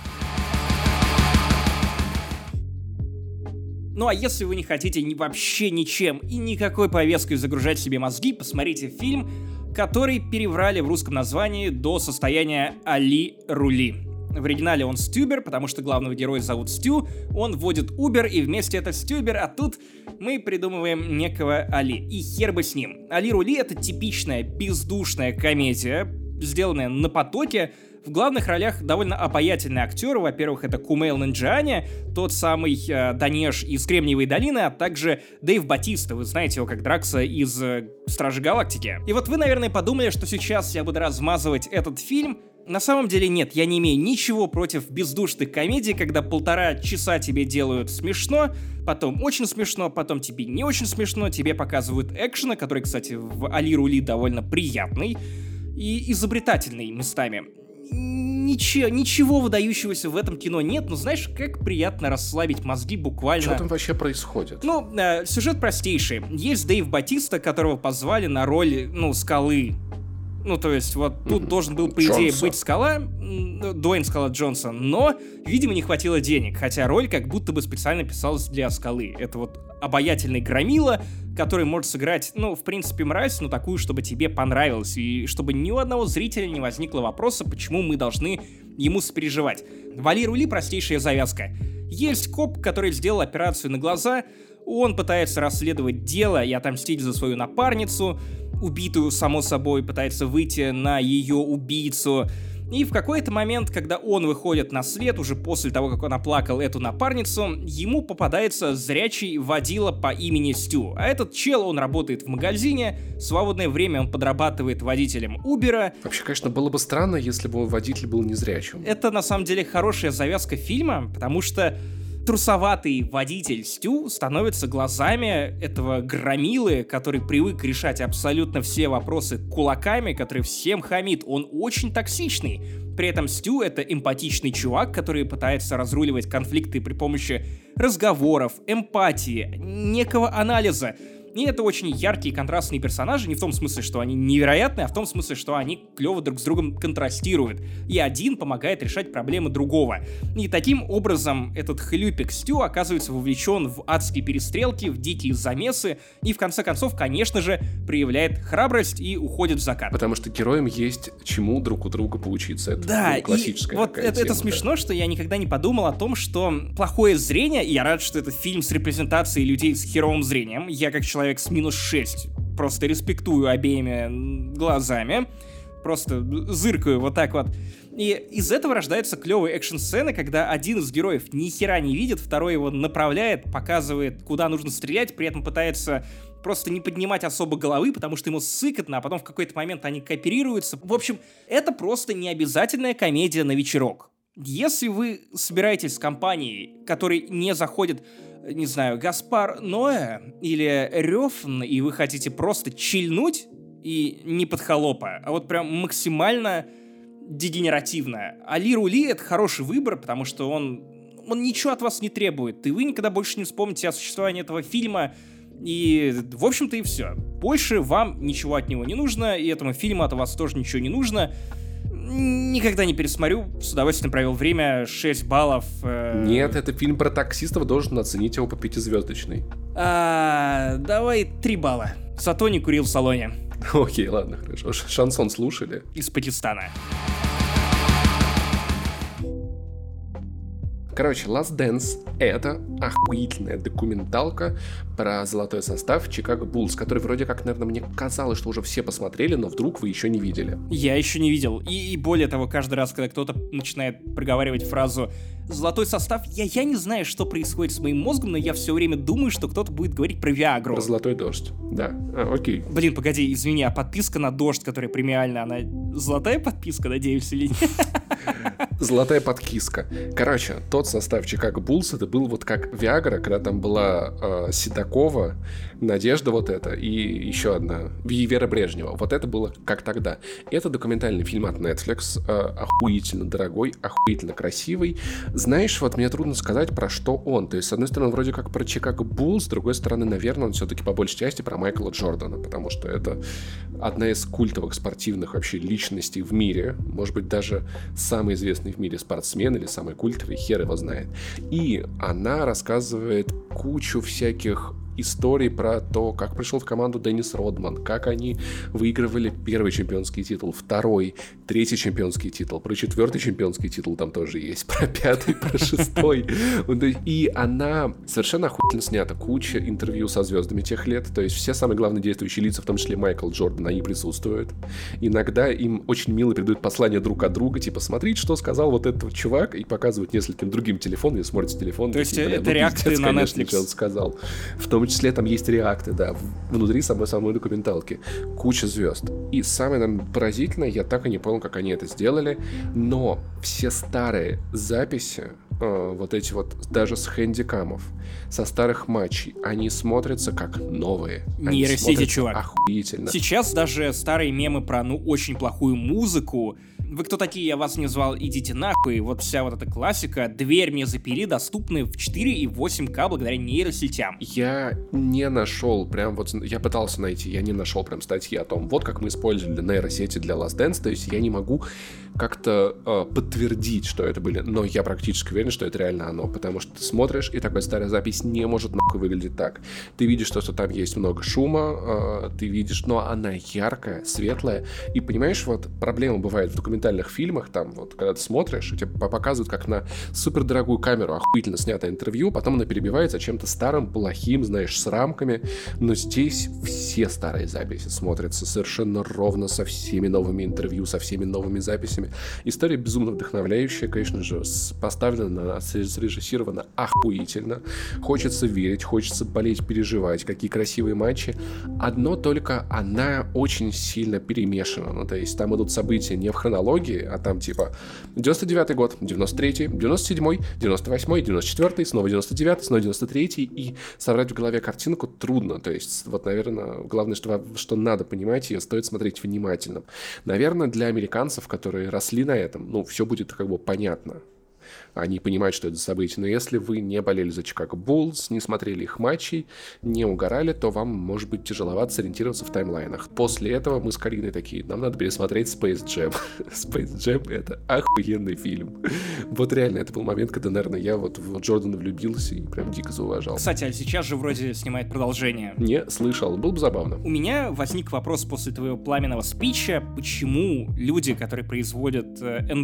Ну а если вы не хотите вообще ничем и никакой повесткой загружать себе мозги, посмотрите фильм, который переврали в русском названии до состояния «Али рули». В оригинале он Стюбер, потому что главного героя зовут Стю, он вводит Убер, и вместе это Стюбер, а тут мы придумываем некого Али. И хер бы с ним. «Али рули» — это типичная бездушная комедия, сделанная на потоке. В главных ролях довольно обаятельные актеры. Во-первых, это Кумейл Нанджиани, тот самый Данеш из «Кремниевой долины», а также Дэйв Батиста. Вы знаете его как Дракса из «Стражи Галактики». И вот вы, наверное, подумали, что сейчас я буду размазывать этот фильм. На самом деле нет, я не имею ничего против бездушных комедий, когда 1,5 часа тебе делают смешно, потом очень смешно, потом тебе не очень смешно, тебе показывают экшена, который, кстати, в Али Рули довольно приятный и изобретательный местами. Ничего выдающегося в этом кино нет, но знаешь, как приятно расслабить мозги буквально. Что там вообще происходит? Сюжет простейший. Есть Дэйв Батиста, которого позвали на роль, Скалы. То есть, вот тут должен был, по идее, быть Дуэйн Скала Джонсон, но, видимо, не хватило денег, хотя роль как будто бы специально писалась для Скалы. Это вот обаятельный громила, который может сыграть, в принципе, мразь, но такую, чтобы тебе понравилось, и чтобы ни у одного зрителя не возникло вопроса, почему мы должны ему сопереживать. В Али Рули простейшая завязка. Есть коп, который сделал операцию на глаза, он пытается расследовать дело и отомстить за свою напарницу, убитую, само собой, пытается выйти на ее убийцу. И в какой-то момент, когда он выходит на свет, уже после того, как он оплакал эту напарницу, ему попадается зрячий водила по имени Стю. А этот чел, он работает в магазине, в свободное время он подрабатывает водителем Убера. Вообще, конечно, было бы странно, если бы водитель был незрячим. Это, на самом деле, хорошая завязка фильма, потому что трусоватый водитель Стю становится глазами этого громилы, который привык решать абсолютно все вопросы кулаками, который всем хамит. Он очень токсичный. При этом Стю — это эмпатичный чувак, который пытается разруливать конфликты при помощи разговоров, эмпатии, некого анализа. И это очень яркие контрастные персонажи, не в том смысле, что они невероятные, а в том смысле, что они клево друг с другом контрастируют. И один помогает решать проблемы другого. И таким образом этот хлюпик Стю оказывается вовлечен в адские перестрелки, в дикие замесы, и в конце концов, конечно же, проявляет храбрость и уходит в закат. Потому что героям есть чему друг у друга поучиться. Это да, классическая и вот это смешно, что я никогда не подумал о том, что плохое зрение, и я рад, что это фильм с репрезентацией людей с херовым зрением, я как человек с -6 просто респектую обеими глазами, просто зыркаю вот так вот. И из этого рождаются клевые экшн-сцены, когда один из героев ни хера не видит, второй его направляет, показывает, куда нужно стрелять, при этом пытается просто не поднимать особо головы, потому что ему сыкотно, а потом в какой-то момент они кооперируются. В общем, это просто необязательная комедия на вечерок. Если вы собираетесь с компанией, которой не заходит, не знаю, Гаспар Ноэ или Рёфн, и вы хотите просто чильнуть, и не под холопа, а вот прям максимально дегенеративно, Али Рули — это хороший выбор, потому что он ничего от вас не требует, и вы никогда больше не вспомните о существовании этого фильма, и, в общем-то, и все. Больше вам ничего от него не нужно, и этому фильму от вас тоже ничего не нужно. Никогда не пересмотрю, с удовольствием провел время, 6 баллов. Нет, это фильм про таксистов, должен оценить его по 5-звездочной. Давай 3 балла. Зато не курил в салоне. Окей, ладно, хорошо. Шансон слушали? Из Пакистана. Короче, Last Dance — это охуительная документалка про золотой состав Чикаго Буллс, который вроде как, наверное, мне казалось, что уже все посмотрели, но вдруг вы еще не видели. Я еще не видел. И более того, каждый раз, когда кто-то начинает проговаривать фразу «золотой состав», я не знаю, что происходит с моим мозгом, но я все время думаю, что кто-то будет говорить про Виагру. Про золотой дождь, да. Окей. Блин, погоди, извини, а подписка на дождь, которая премиальная, она золотая подписка, надеюсь, или нет? Золотая подкиска. Короче, тот состав Чикаго Буллс, это был вот как Виагра, когда там была Седокова, Надежда вот эта и еще одна, Вера Брежнева. Вот это было как тогда. Это документальный фильм от Netflix, охуительно дорогой, охуительно красивый. Знаешь, вот мне трудно сказать, про что он. То есть, с одной стороны, вроде как про Чикаго Буллс, с другой стороны, наверное, он все-таки по большей части про Майкла Джордана, потому что это одна из культовых спортивных вообще личностей в мире. Может быть, даже самый известный в мире спортсмен или самый культовый, хер его знает. И она рассказывает кучу всяких историй про то, как пришел в команду Деннис Родман, как они выигрывали первый чемпионский титул, второй, третий чемпионский титул, про четвертый чемпионский титул там тоже есть, про пятый, про шестой. И она совершенно охуительно снята, куча интервью со звездами тех лет, то есть все самые главные действующие лица, в том числе Майкл Джордан, они присутствуют. Иногда им очень мило передают послания друг от друга, типа, смотрите, что сказал вот этот чувак, и показывают нескольким другим телефоном, и смотрите телефон. То есть это реакции на Netflix. Он сказал. В том том числе там есть реакты, да, внутри самой документалки. Куча звезд. И самое, наверное, поразительное, я так и не понял, как они это сделали, но все старые записи, вот эти вот, даже с хэндикамов, со старых матчей, они смотрятся как новые. Нейросети, чувак. Охуительно. Сейчас даже старые мемы про, очень плохую музыку. Вы кто такие, я вас не звал, идите нахуй. Вот вся вот эта классика. Дверь мне запили, доступны в 4 и 8К благодаря нейросетям. Я не нашел прям вот... Я пытался найти, я не нашел прям статьи о том, вот как мы использовали нейросети для Last Dance. То есть я не могу как-то подтвердить, что это были. Но я практически уверен, что это реально оно. Потому что ты смотришь, и такая старая запись не может нахуй выглядеть так. Ты видишь, что там есть много шума, ты видишь, но она яркая, светлая. И понимаешь, вот проблема бывает в документальных фильмах, там вот, когда ты смотришь, тебе показывают, как на супердорогую камеру охуительно снято интервью, потом она перебивается чем-то старым, плохим, знаешь, с рамками. Но здесь все старые записи смотрятся совершенно ровно, со всеми новыми интервью, со всеми новыми записями. История безумно вдохновляющая, конечно же, поставлена, срежиссирована охуительно. Хочется верить, хочется болеть, переживать, какие красивые матчи. Одно только она очень сильно перемешана. Ну, то есть там идут события не в хронологии, а там типа 99-й год, 93-й, 97-й, 98-й, 94-й, снова 99-й, снова 93-й, и собрать в голове картинку трудно. То есть вот, наверное, главное, что надо понимать, ее стоит смотреть внимательно. Наверное, для американцев, которые росли на этом, все будет как бы понятно. Они понимают, что это за событие. Но если вы не болели за Чикаго Буллс, не смотрели их матчей, не угорали, то вам может быть тяжеловато сориентироваться в таймлайнах. После этого мы с Кариной такие, нам надо пересмотреть Space Jam. Space Jam — это охуенный фильм. Вот реально, это был момент, когда, наверное, я вот в Джордана влюбился и прям дико зауважал. Кстати, а сейчас же вроде снимает продолжение. Не слышал, было бы забавно. У меня возник вопрос после твоего пламенного спича, почему люди, которые производят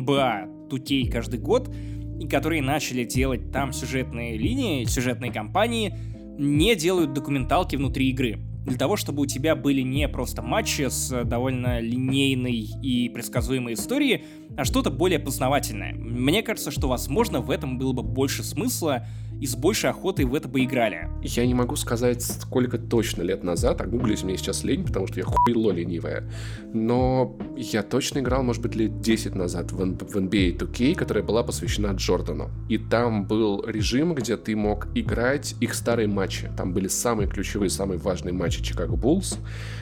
NBA 2K каждый год, и которые начали делать там сюжетные линии, сюжетные кампании, не делают документалки внутри игры. Для того, чтобы у тебя были не просто матчи с довольно линейной и предсказуемой историей, а что-то более познавательное. Мне кажется, что, возможно, в этом было бы больше смысла и с большей охотой в это бы играли. Я не могу сказать, сколько точно лет назад, а гуглить мне сейчас лень, потому что я хуйло ленивая, но я точно играл, может быть, лет 10 назад в NBA 2K, которая была посвящена Джордану. И там был режим, где ты мог играть их старые матчи. Там были самые ключевые, самые важные матчи Чикаго Буллс,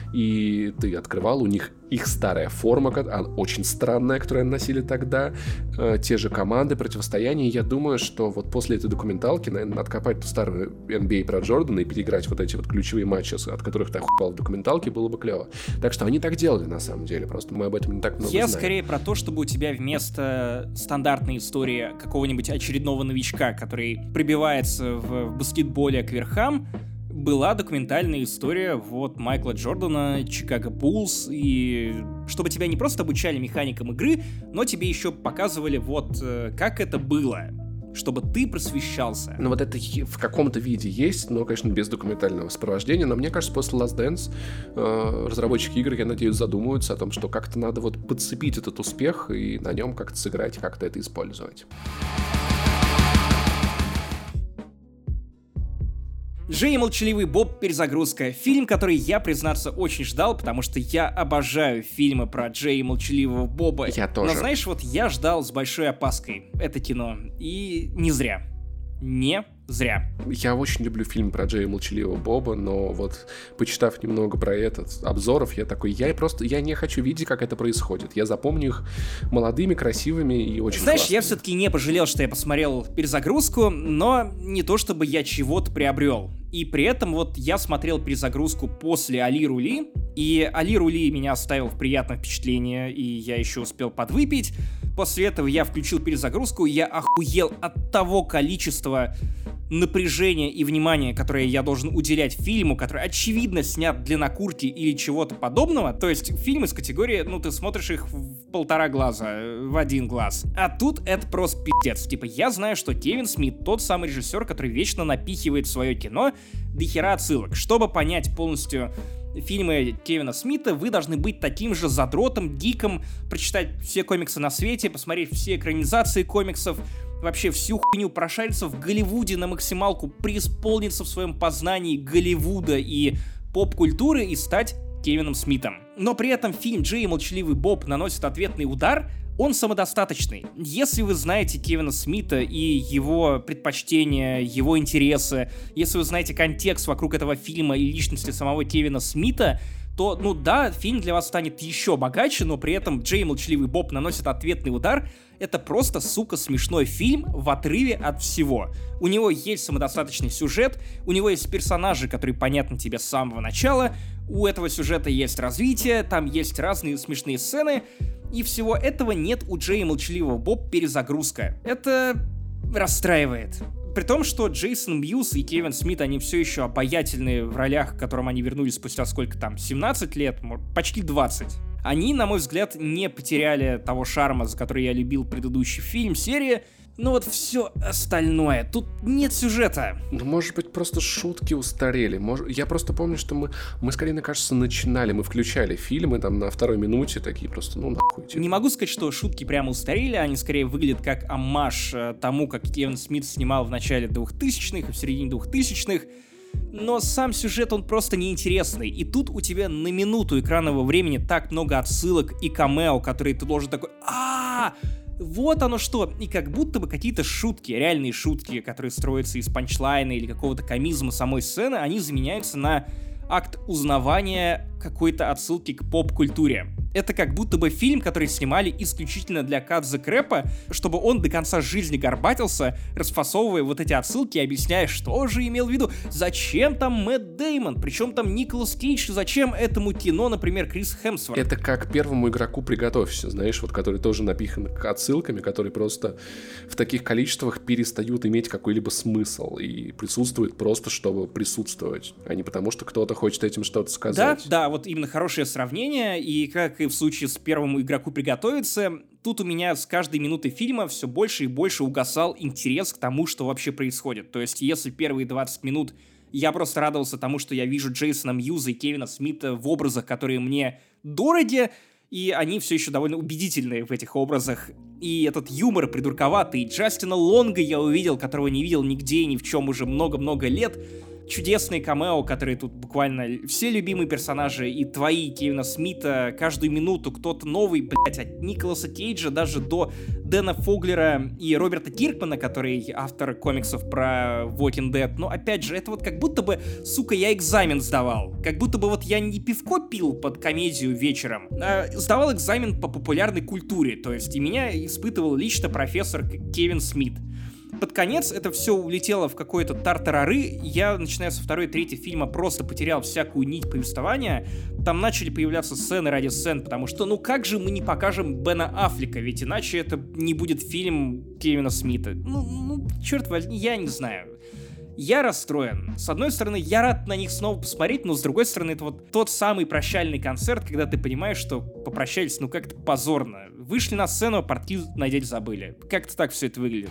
и ты открывал у них их старая форма, очень странная, которую они носили тогда, те же команды, противостояния. Я думаю, что вот после этой документалки, наверное, откопать ту старую NBA про Джордана и переиграть вот эти вот ключевые матчи, от которых ты охуевал в документалке, было бы клево. Так что они так делали, на самом деле, просто мы об этом не так много знаем. Я скорее про то, чтобы у тебя вместо стандартной истории какого-нибудь очередного новичка, который пробивается в баскетболе к верхам, была документальная история вот Майкла Джордана, Чикаго Буллс, и чтобы тебя не просто обучали механикам игры, но тебе еще показывали вот как это было, чтобы ты просвещался. Ну вот это в каком-то виде есть, но, конечно, без документального сопровождения. Но мне кажется, после Last Dance разработчики игр, я надеюсь, задумаются о том, что как-то надо вот подцепить этот успех и на нем как-то сыграть, как-то это использовать. Джей и молчаливый Боб. Перезагрузка. Фильм, который я, признаться, очень ждал, потому что я обожаю фильмы про Джей и молчаливого Боба. Я тоже. Но знаешь, вот я ждал с большой опаской это кино. И не зря. Не зря. Я очень люблю фильм про Джея и молчаливого Боба, но вот, почитав немного про этот, обзоров, я такой, я не хочу видеть, как это происходит. Я запомню их молодыми, красивыми и очень Знаешь, классными. я все-таки не пожалел, что я посмотрел перезагрузку, но не то чтобы я чего-то приобрел. И при этом вот я смотрел перезагрузку после Али Рули, и Али Рули меня оставил в приятном впечатлении, и я еще успел подвыпить. После этого я включил перезагрузку, и я охуел от того количества напряжения и внимания, которое я должен уделять фильму, который очевидно снят для накурки или чего-то подобного. То есть фильмы с категории, ты смотришь их в 1,5 глаза, в 1 глаз. А тут это просто пиздец. Типа, я знаю, что Кевин Смит тот самый режиссер, который вечно напихивает в свое кино дохера отсылок. Чтобы понять полностью фильмы Кевина Смита, вы должны быть таким же задротом, гиком, прочитать все комиксы на свете, посмотреть все экранизации комиксов, вообще всю хуйню, прошариться в Голливуде на максималку, преисполниться в своем познании Голливуда и поп-культуры и стать Кевином Смитом. Но при этом фильм «Джей и молчаливый Боб» наносит ответный удар, он самодостаточный. Если вы знаете Кевина Смита и его предпочтения, его интересы, если вы знаете контекст вокруг этого фильма и личности самого Кевина Смита, то, ну да, фильм для вас станет еще богаче, но при этом «Джей и молчаливый Боб» наносит ответный удар. Это просто, сука, смешной фильм в отрыве от всего. У него есть самодостаточный сюжет, у него есть персонажи, которые понятны тебе с самого начала, у этого сюжета есть развитие, там есть разные смешные сцены, и всего этого нет у «Джей и молчаливого Боб» перезагрузка. Это расстраивает. При том, что Джейсон Мьюз и Кевин Смит, они все еще обаятельные в ролях, к которым они вернулись спустя сколько там, 17 лет, почти 20. Они, на мой взгляд, не потеряли того шарма, за который я любил предыдущий фильм, серия, но вот все остальное, тут нет сюжета. Ну, может быть, просто шутки устарели. Я просто помню, что мы скорее, мне кажется, начинали, мы включали фильмы там на второй минуте, такие просто, ну нахуй. Типа. Не могу сказать, что шутки прямо устарели, они скорее выглядят как оммаж тому, как Кевин Смит снимал в начале 2000-х и в середине 2000-х. Но сам сюжет, он просто неинтересный. И тут у тебя на минуту экранного времени так много отсылок и камео, которые ты должен такой... Вот оно что, и как будто бы какие-то шутки, реальные шутки, которые строятся из панчлайна или какого-то комизма самой сцены, они заменяются на акт узнавания какой-то отсылки к поп-культуре. Это как будто бы фильм, который снимали исключительно для Кадзе Крэпа, чтобы он до конца жизни горбатился, расфасовывая вот эти отсылки и объясняя, что же имел в виду, зачем там Мэтт Дэймон, причем там Николас Кейдж, и зачем этому кино, например, Крис Хемсворт. Это как первому игроку «Приготовься», знаешь, вот который тоже напихан отсылками, который просто в таких количествах перестают иметь какой-либо смысл и присутствуют просто, чтобы присутствовать, а не потому, что кто-то хочет этим что-то сказать. Да, вот именно хорошее сравнение, и как и в случае с первому игроку «Приготовиться», тут у меня с каждой минуты фильма все больше и больше угасал интерес к тому, что вообще происходит. То есть, если первые 20 минут я просто радовался тому, что я вижу Джейсона Мьюза и Кевина Смита в образах, которые мне дороги, и они все еще довольно убедительные в этих образах. И этот юмор придурковатый. Джастина Лонга я увидел, которого не видел нигде и ни в чем уже много-много лет. Чудесные камео, которые тут буквально все любимые персонажи, и твои, Кевина Смита, каждую минуту кто-то новый, блять, от Николаса Кейджа даже до Дэна Фоглера и Роберта Киркмана, который автор комиксов про Walking Dead. Но опять же, это вот как будто бы, сука, я экзамен сдавал. Как будто бы вот я не пивко пил под комедию вечером, а сдавал экзамен по популярной культуре. То есть и меня испытывал лично профессор Кевин Смит. Под конец это все улетело в какой-то тартарары, я, начиная со второй и третьей фильма, просто потерял всякую нить повествования. Там начали появляться сцены ради сцен, потому что, ну как же мы не покажем Бена Аффлека, ведь иначе это не будет фильм Кевина Смита. Ну, черт возьми, я не знаю. Я расстроен. С одной стороны, я рад на них снова посмотреть, но с другой стороны, это вот тот самый прощальный концерт, когда ты понимаешь, что попрощались, ну как-то позорно. Вышли на сцену, а портки надеть забыли. Как-то так все это выглядит.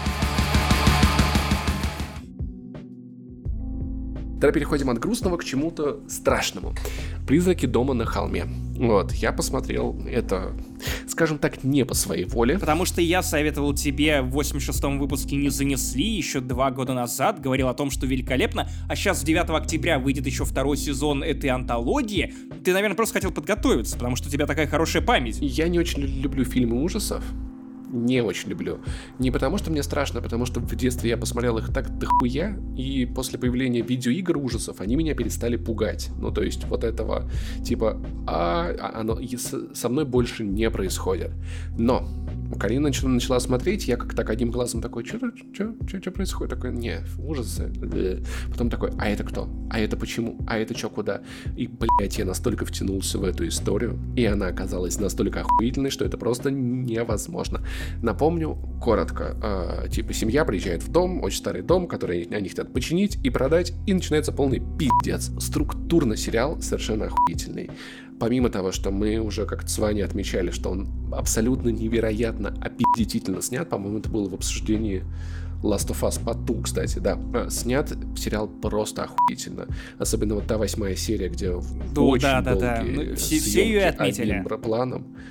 Тогда переходим от грустного к чему-то страшному. «Призраки дома на холме». Вот, я посмотрел это, скажем так, не по своей воле. Потому что я советовал тебе в 86-м выпуске «Не занесли» еще 2 года назад, говорил о том, что великолепно, а сейчас 9 октября выйдет еще 2-й сезон этой антологии. Ты, наверное, просто хотел подготовиться, потому что у тебя такая хорошая память. Я не очень люблю фильмы ужасов. Не очень люблю. Не потому, что мне страшно, а потому что в детстве я посмотрел их так дохуя, и после появления видеоигр ужасов они меня перестали пугать. Ну, то есть вот этого, типа, оно со мной больше не происходит. Но Карина начала смотреть, я как так одним глазом такой, что происходит? Такой, не, ужасы. Потом такой, а это кто? А это почему? А это что, куда? И, блядь, я настолько втянулся в эту историю, и она оказалась настолько охуительной, что это просто невозможно. Напомню коротко. Типа, семья приезжает в дом, очень старый дом, который они хотят починить и продать, и начинается полный пиздец. Структурно сериал совершенно охуительный. Помимо того, что мы уже как-то с Ваней отмечали, что он абсолютно невероятно опиздительно снят, по-моему, это было в обсуждении Last of Us Part 2, кстати, да. Снят сериал просто охуительно. Особенно вот та 8-я серия, где очень долгие все ее отметили. одним планом.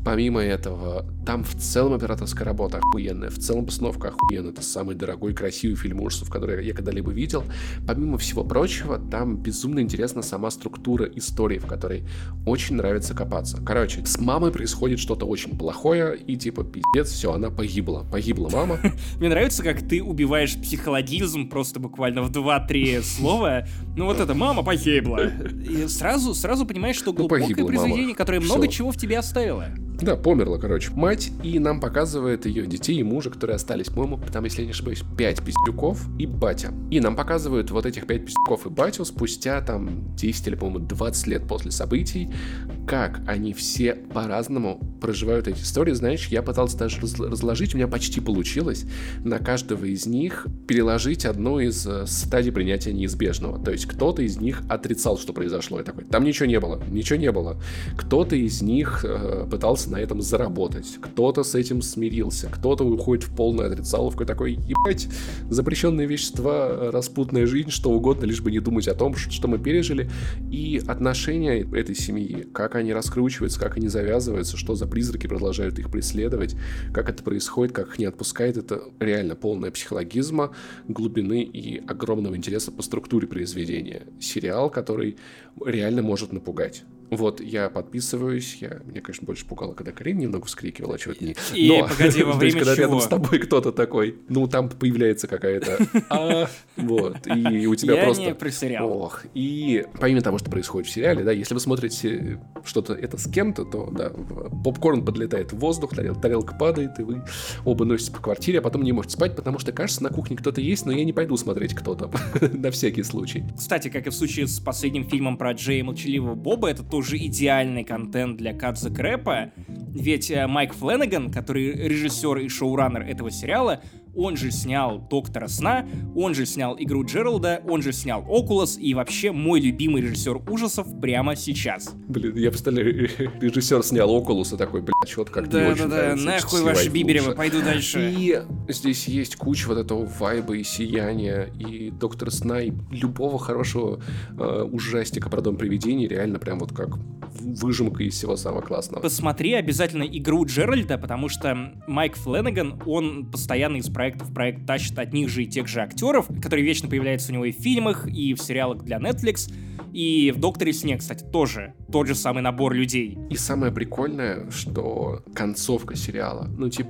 помимо этого, там в целом операторская работа охуенная, в целом постановка охуенная. Это самый дорогой, красивый фильм ужасов, который я когда-либо видел. Помимо всего прочего, там безумно интересна сама структура истории, в которой очень нравится копаться. Короче, с мамой происходит что-то очень плохое, и типа, пиздец, все, она погибла. Погибла мама. Мне нравится, как ты убиваешь психологизм просто буквально в 2-3 слова. Ну вот это «мама погибла». И сразу понимаешь, что глубокое произведение, которое много чего в тебе оставило. Да, померла, короче, мать, и нам показывает ее детей и мужа, которые остались, по-моему, там, если я не ошибаюсь, 5 пиздюков и батя. И нам показывают вот этих 5 пиздюков и батю спустя там 10 или, по-моему, 20 лет после событий, как они все по-разному проживают эти истории. Знаешь, я пытался даже разложить, у меня почти получилось, на каждого из них переложить одну из стадий принятия неизбежного. То есть кто-то из них отрицал, что произошло. Я такой, там ничего не было. Кто-то из них пытался на этом заработать. Кто-то с этим смирился. Кто-то уходит в полную отрицаловку и такой, ебать, запрещенные вещества, распутная жизнь, что угодно, лишь бы не думать о том, что мы пережили. И отношения этой семьи, как они раскручиваются, как они завязываются, что за призраки продолжают их преследовать, как это происходит, как их не отпускает, это реально полная психологизма, глубины и огромного интереса по структуре произведения. Сериал, который реально может напугать. Вот, я подписываюсь, меня, конечно, больше пугало, когда Карин немного вскрикивала, чего-то не... Но, погоди, во время когда чего? рядом с тобой кто-то такой, там появляется какая-то... Вот, и у тебя просто... Я не про сериал. Ох, и помимо того, что происходит в сериале, да, если вы смотрите что-то это с кем-то, то, да, попкорн подлетает в воздух, тарелка падает, и вы оба носитесь по квартире, а потом не можете спать, потому что, кажется, на кухне кто-то есть, но я не пойду смотреть, кто там, на всякий случай. Кстати, как и в случае с последним фильмом про Джея Молчаливого Боба, это тоже идеальный контент для Cut the Crap, ведь Майк Флэнаган, который режиссер и шоураннер этого сериала, он же снял «Доктора Сна», он же снял «Игру Джералда», он же снял «Окулус» и вообще мой любимый режиссер ужасов прямо сейчас. Блин, я представляю, режиссер снял «Окулус» и такой, блядь, что-то как-то не очень нравится. Да, нахуй ваши Биберевы, пойду дальше. И здесь есть куча вот этого вайба и сияния, и «Доктора Сна», и любого хорошего ужастика про дом привидений, реально прям вот как выжимка из всего самого классного. Посмотри обязательно «Игру Джеральда», потому что Майк Флэнаган, он постоянно из проекта в проект тащит одних же и тех же актеров, которые вечно появляются у него и в фильмах, и в сериалах для Netflix, и в «Докторе Сне», кстати, тоже тот же самый набор людей. И самое прикольное, что концовка сериала,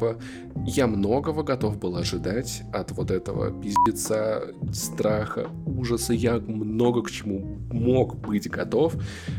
я многого готов был ожидать от вот этого пиздеца, страха, ужаса, я много к чему мог быть готов,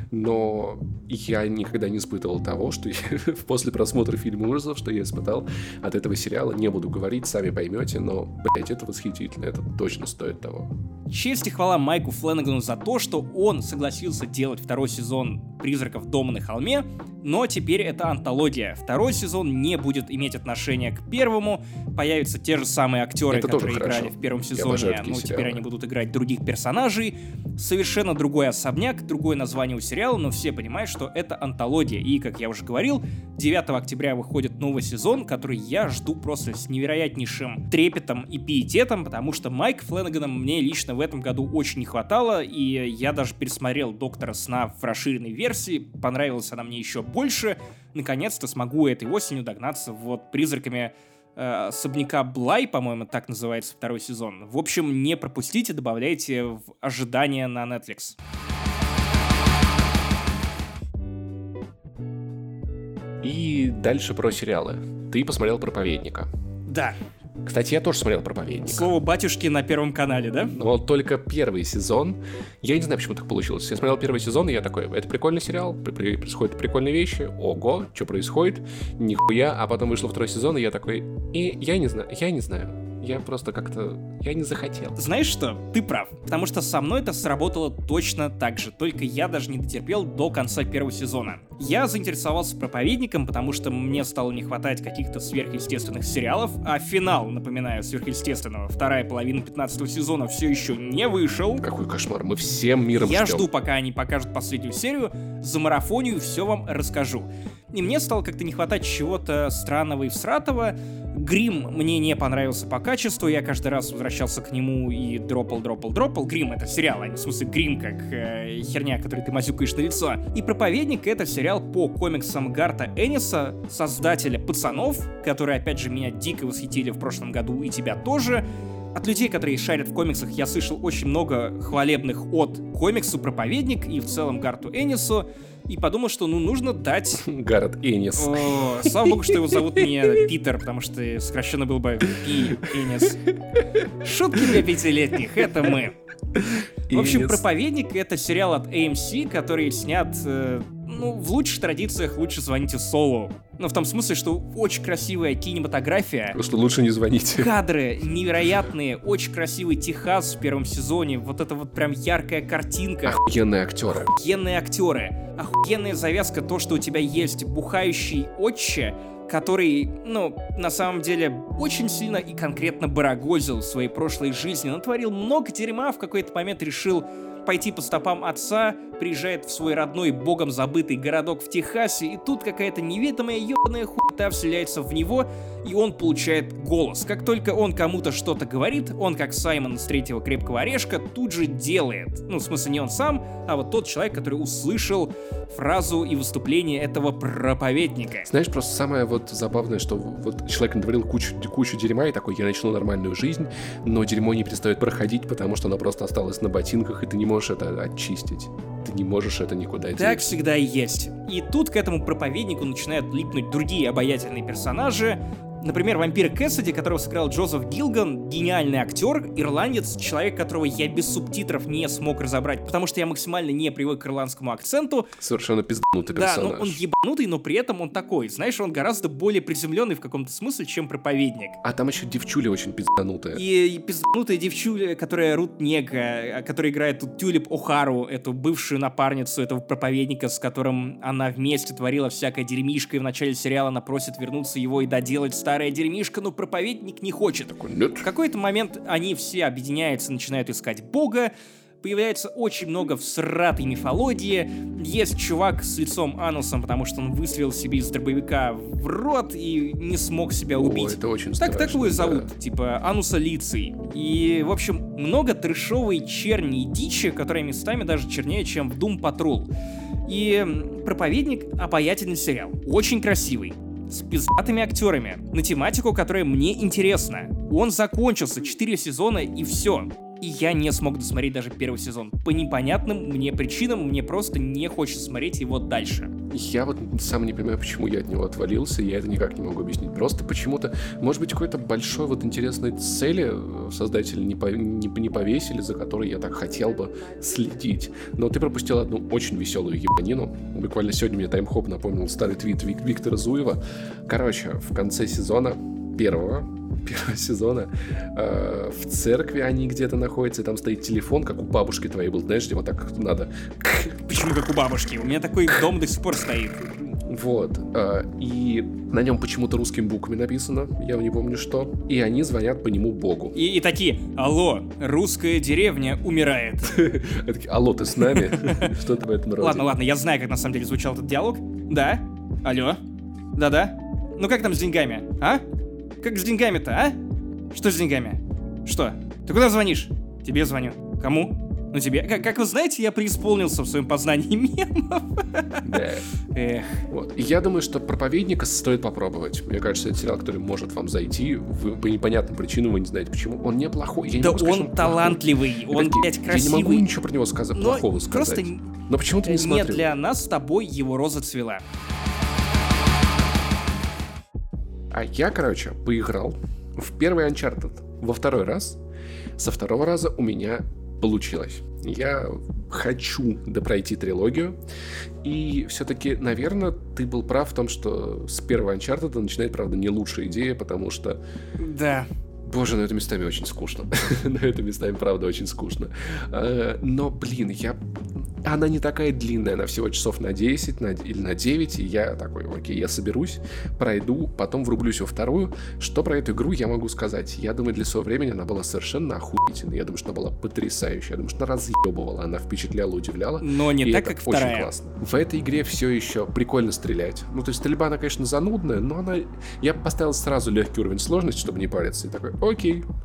но я никогда не испытывал того, что после просмотра фильма ужасов, что я испытал от этого сериала, не буду говорить, сами поймете, но, блять, это восхитительно, это точно стоит того. Честь и хвала Майку Флэнагану за то, что он согласился делать второй сезон «Призраков дома на холме», но теперь это антология. Второй сезон не будет иметь отношения к первому, появятся те же самые актеры, это которые играли в первом сезоне, но теперь они будут играть других персонажей, совершенно другой особняк, другое название у сериала, но все понимают, что это антология, и, как я уже говорил, 9 октября выходит новый сезон, который я жду просто с невероятнейшим трепетом и пиететом, потому что Майка Флэнагана мне лично в этом году очень не хватало, и я даже пересмотрел «Доктора Сна» в расширенной версии, понравилась она мне еще больше, наконец-то смогу этой осенью догнаться вот «Призраками особняка Блай», по-моему, так называется второй сезон. В общем, не пропустите, добавляйте в ожидание на Netflix. И дальше про сериалы. Ты посмотрел «Проповедника». Да. Кстати, я тоже смотрел «Проповедника». Слово батюшки на Первом канале, да? Но только первый сезон. Я не знаю, почему так получилось. Я смотрел первый сезон, и я такой, это прикольный сериал, происходят прикольные вещи, ого, что происходит, нихуя. А потом вышел второй сезон, и я такой, я не знаю. Я просто как-то... Я не захотел. Знаешь что? Ты прав. Потому что со мной это сработало точно так же. Только я даже не дотерпел до конца первого сезона. Я заинтересовался «Проповедником», потому что мне стало не хватать каких-то сверхъестественных сериалов, а финал, напоминаю, сверхъестественного, вторая половина 15-го сезона все еще не вышел. Какой кошмар, мы всем миром ждем. Я жду, пока они покажут последнюю серию, замарафоню и все вам расскажу. И мне стало как-то не хватать чего-то странного и всратого. Грим мне не понравился по качеству, я каждый раз возвращался к нему и дропал. Грим — это сериал, а не в смысле Грим, как херня, которой ты мазюкаешь на лицо. И «Проповедник» — это сериал, сериал по комиксам Гарта Энниса, создателя «Пацанов», которые, опять же, меня дико восхитили в прошлом году и тебя тоже. От людей, которые шарят в комиксах, я слышал очень много хвалебных от комиксу «Проповедник» и в целом Гарту Эннису, и подумал, что нужно дать... Гарт Эннис. О, слава богу, что его зовут не Питер, потому что сокращенно был бы Пи Эннис. Шутки для 5-летних, это мы. В общем, «Проповедник» — это сериал от AMC, который снят, в лучших традициях «Лучше звоните Солу». В том смысле, что очень красивая кинематография. Что лучше не звоните. Кадры невероятные, очень красивый Техас в первом сезоне, вот это вот прям яркая картинка. Охуенные актеры. Охуенные актеры. Охуенная завязка, то, что у тебя есть бухающий отче, который, на самом деле, очень сильно и конкретно барагозил в своей прошлой жизни, натворил много дерьма, в какой-то момент решил пойти по стопам отца, приезжает в свой родной, богом забытый городок в Техасе, и тут какая-то неведомая ебаная хуйта вселяется в него, и он получает голос. Как только он кому-то что-то говорит, он, как Саймон из «Третьего крепкого орешка», тут же делает. В смысле, не он сам, а вот тот человек, который услышал фразу и выступление этого проповедника. Знаешь, просто самое вот забавное, что вот человек натворил кучу дерьма, и такой: я начну нормальную жизнь, но дерьмо не перестает проходить, потому что оно просто осталось на ботинках, и ты не можешь это очистить. Ты не можешь это никуда деть. Так всегда и есть. И тут к этому проповеднику начинают липнуть другие обаятельные персонажи. Например, вампир Кэссиди, которого сыграл Джозеф Гилган, гениальный актер, ирландец, человек, которого я без субтитров не смог разобрать, потому что я максимально не привык к ирландскому акценту. Совершенно пизданутый персонаж. Да, он ебанутый, но при этом он такой. Знаешь, он гораздо более приземленный в каком-то смысле, чем проповедник. А там еще девчуля очень пизданутая. И пизданутая девчуля, которая Рут Нега, которая играет тут Тюлип О'Хару, эту бывшую напарницу этого проповедника, с которым она вместе творила всякое дерьмишко, и в начале сериала она просит вернуться его и доделать старое дерьмишко, но проповедник не хочет. Такой: нет. В какой-то момент они все объединяются, начинают искать Бога, появляется очень много всратой мифологии, есть чувак с лицом анусом, потому что он выстрелил себе из дробовика в рот и не смог себя убить. Это очень страшно. Так его и зовут, типа Ануса Лиций. И, в общем, много трэшовой черни и дичи, которая местами даже чернее, чем в Doom Patrol. И «Проповедник» — обаятельный сериал, очень красивый, с пиздатыми актерами, на тематику, которая мне интересна. Он закончился, 4 сезона и все. И я не смог досмотреть даже первый сезон. По непонятным мне причинам мне просто не хочется смотреть его дальше. Я вот сам не понимаю, почему я от него отвалился, я это никак не могу объяснить. Просто почему-то, может быть, какой-то большой вот интересной цели создатели не повесили, за которой я так хотел бы следить. Но ты пропустил одну очень веселую ебанину. Буквально сегодня мне таймхоп напомнил старый твит Виктора Зуева. Короче, в конце сезона первого сезона в церкви они где-то находятся, и там стоит телефон, как у бабушки твоей был, знаешь, где вот так надо. Почему как у бабушки? У меня такой дом до сих пор стоит. Вот. И на нем почему-то русскими буквами написано, я не помню что. И они звонят по нему Богу. И такие: алло, русская деревня умирает. Такие: алло, ты с нами? Что-то в этом роде. Ладно, я знаю, как на самом деле звучал этот диалог. Да? Алло? Да-да? Ну как там с деньгами, а? Как с деньгами-то, а? Что с деньгами? Что? Ты куда звонишь? Тебе звоню. Кому? Ну тебе. Как вы знаете, я преисполнился в своем познании мемов. Да. Эх. Вот. И я думаю, что «Проповедника» стоит попробовать. Мне кажется, это сериал, который может вам зайти. Вы по непонятным причинам, вы не знаете почему. Он неплохой. Я не могу сказать, он талантливый, он, блядь, красивый. Я не могу ничего про него плохого сказать. Просто но почему ты не смотрел? Не для нас с тобой его роза цвела. А я, короче, поиграл в первый Uncharted во второй раз. Со второго раза у меня получилось. Я хочу допройти трилогию. И все-таки, наверное, ты был прав в том, что с первого Uncharted начинает, правда, не лучшая идея, потому что... Да. Боже, на это местами очень скучно. На это местами, правда, очень скучно. Но, блин, она не такая длинная, она всего часов на 10 или на 9, и я такой: окей, я соберусь, пройду, потом врублюсь во вторую. Что про эту игру я могу сказать? Я думаю, для своего времени она была совершенно охуительной. Я думаю, что она была потрясающая. Я думаю, что она разъебывала, она впечатляла, удивляла. Но не так, как вторая. Очень классно. В этой игре все еще прикольно стрелять. Ну, то есть стрельба, она, конечно, занудная, но она... Я поставил сразу легкий уровень сложности, чтобы не париться, и такой: окей.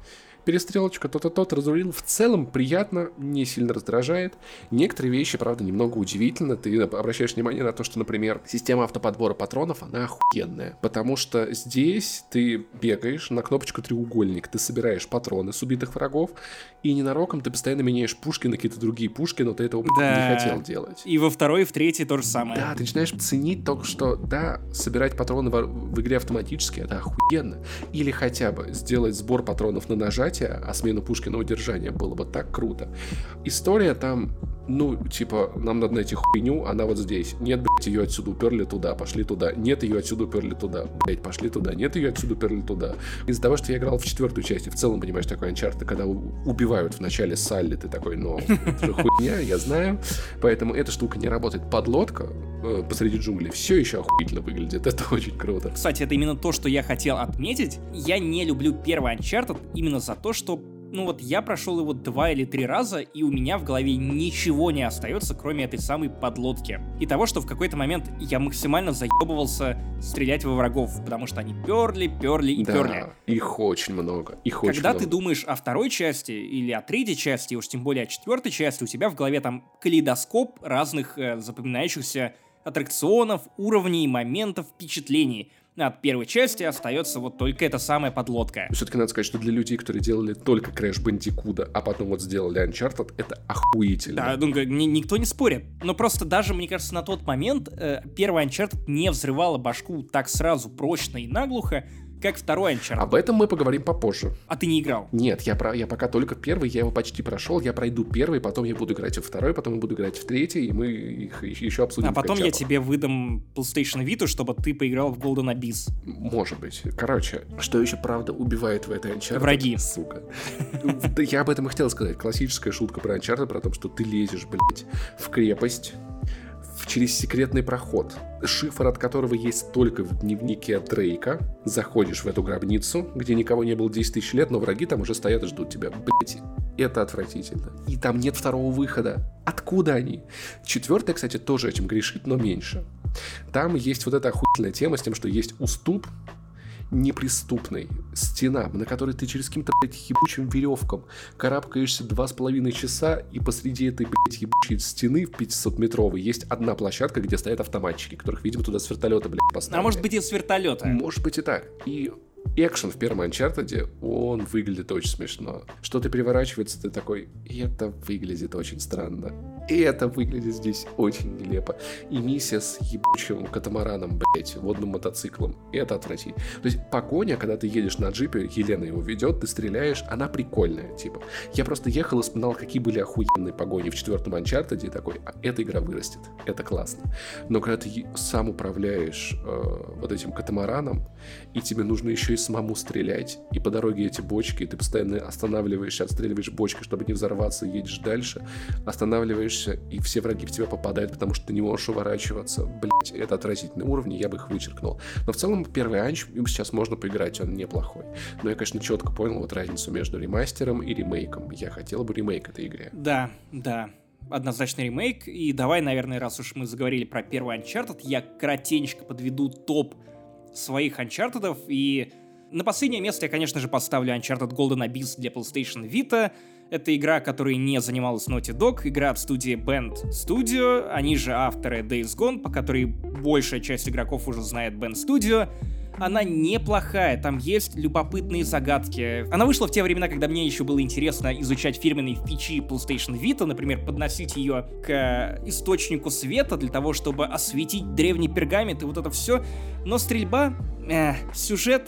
перестрелочка, то-то-то, разрулил. В целом приятно, не сильно раздражает. Некоторые вещи, правда, немного удивительно. Ты обращаешь внимание на то, что, например, система автоподбора патронов, она охуенная. Потому что здесь ты бегаешь на кнопочку треугольник, ты собираешь патроны с убитых врагов, и ненароком ты постоянно меняешь пушки на какие-то другие пушки, но ты этого не хотел делать. И во второй, и в третьей то же самое. Да, ты начинаешь ценить только что, да, собирать патроны в игре автоматически, это охуенно. Или хотя бы сделать сбор патронов на нажатие, а смену пушки на удержание было бы так круто. История там, ну, типа, нам надо найти хуйню, она вот здесь. Нет, блядь, ее отсюда уперли туда, пошли туда. Нет, ее отсюда уперли туда, блядь, пошли туда. Нет, ее отсюда уперли туда. Из-за того, что я играл в 4-ю часть, и в целом, понимаешь, такой Uncharted, когда убивают в начале Салли, ты такой, ну, это же хуйня, я знаю. Поэтому эта штука не работает. Подлодка посреди джунглей все еще охуительно выглядит. Это очень круто. Кстати, это именно то, что я хотел отметить. Я не люблю первый Uncharted именно за то, что ну вот я прошел его 2 или 3 раза, и у меня в голове ничего не остается, кроме этой самой подлодки. И того, что в какой-то момент я максимально заебывался стрелять во врагов, потому что они перли и да, перли. Их очень много. Когда ты думаешь о второй части или о третьей части, уж тем более о 4-й части, у тебя в голове там калейдоскоп разных запоминающихся аттракционов, уровней, моментов, впечатлений. От первой части остается вот только эта самая подлодка. Все-таки надо сказать, что для людей, которые делали только Crash Bandicoot, а потом вот сделали Uncharted, это охуительно. Да, ну, никто не спорит. Но просто даже, мне кажется, на тот момент первый Uncharted не взрывала башку так сразу, прочно и наглухо, как второй Uncharted. Об этом мы поговорим попозже. А ты не играл? Нет, я пока только первый, я его почти прошел, я пройду первый, потом я буду играть во второй, потом я буду играть в третий, и мы их еще обсудим. А потом я тебе выдам PlayStation Vita, чтобы ты поиграл в Golden Abyss. Может быть. Короче, что еще правда убивает в этой Uncharted? Враги. Сука. Я об этом и хотел сказать. Классическая шутка про Uncharted, про то, что ты лезешь, блядь, в крепость, через секретный проход, шифр от которого есть только в дневнике Дрейка. Заходишь в эту гробницу, где никого не было 10 тысяч лет, но враги там уже стоят и ждут тебя. Блять, это отвратительно. И там нет второго выхода. Откуда они? 4-я, кстати, тоже этим грешит, но меньше. Там есть вот эта охуительная тема с тем, что есть уступ неприступной, стена, на которой ты через каким-то, блядь, ебучим веревкам карабкаешься 2,5 часа, и посреди этой, блядь, ебучей стены в 500-метровой есть одна площадка, где стоят автоматчики, которых, видимо, туда с вертолета, блядь, поставили. А может быть и с вертолета. Может быть и так. И экшен в первом Uncharted, он выглядит очень смешно. Что-то переворачивается, ты такой, это выглядит очень странно. И это выглядит здесь очень нелепо. И миссия с ебучим катамараном, блять, водным мотоциклом, это отвратительно. То есть погоня, когда ты едешь на джипе, Елена его ведет, ты стреляешь, она прикольная, типа. Я просто ехал и вспоминал, какие были охуенные погони в 4-м Uncharted, и такой, эта игра вырастет, это классно. Но когда ты сам управляешь вот этим катамараном, и тебе нужно еще и самому стрелять, и по дороге эти бочки, и ты постоянно останавливаешься, отстреливаешь бочки, чтобы не взорваться, едешь дальше, останавливаешься, и все враги в тебя попадают, потому что ты не можешь уворачиваться. Блять, это отвратительные уровни, я бы их вычеркнул. Но в целом первый Анч, им сейчас можно поиграть, он неплохой. Но я, конечно, четко понял вот разницу между ремастером и ремейком. Я хотел бы ремейк этой игре. Да. Однозначно ремейк. И давай, наверное, раз уж мы заговорили про первый Uncharted, я кратенько подведу топ своих Uncharted'ов. И на последнее место я, конечно же, поставлю Uncharted Golden Abyss для PlayStation Vita. Это игра, которой не занималась Naughty Dog, игра от студии Bend Studio, они же авторы Days Gone, по которой большая часть игроков уже знает Bend Studio. Она неплохая, там есть любопытные загадки. Она вышла в те времена, когда мне еще было интересно изучать фирменные фичи PlayStation Vita, например, подносить ее к источнику света для того, чтобы осветить древний пергамент и вот это все. Но стрельба, сюжет,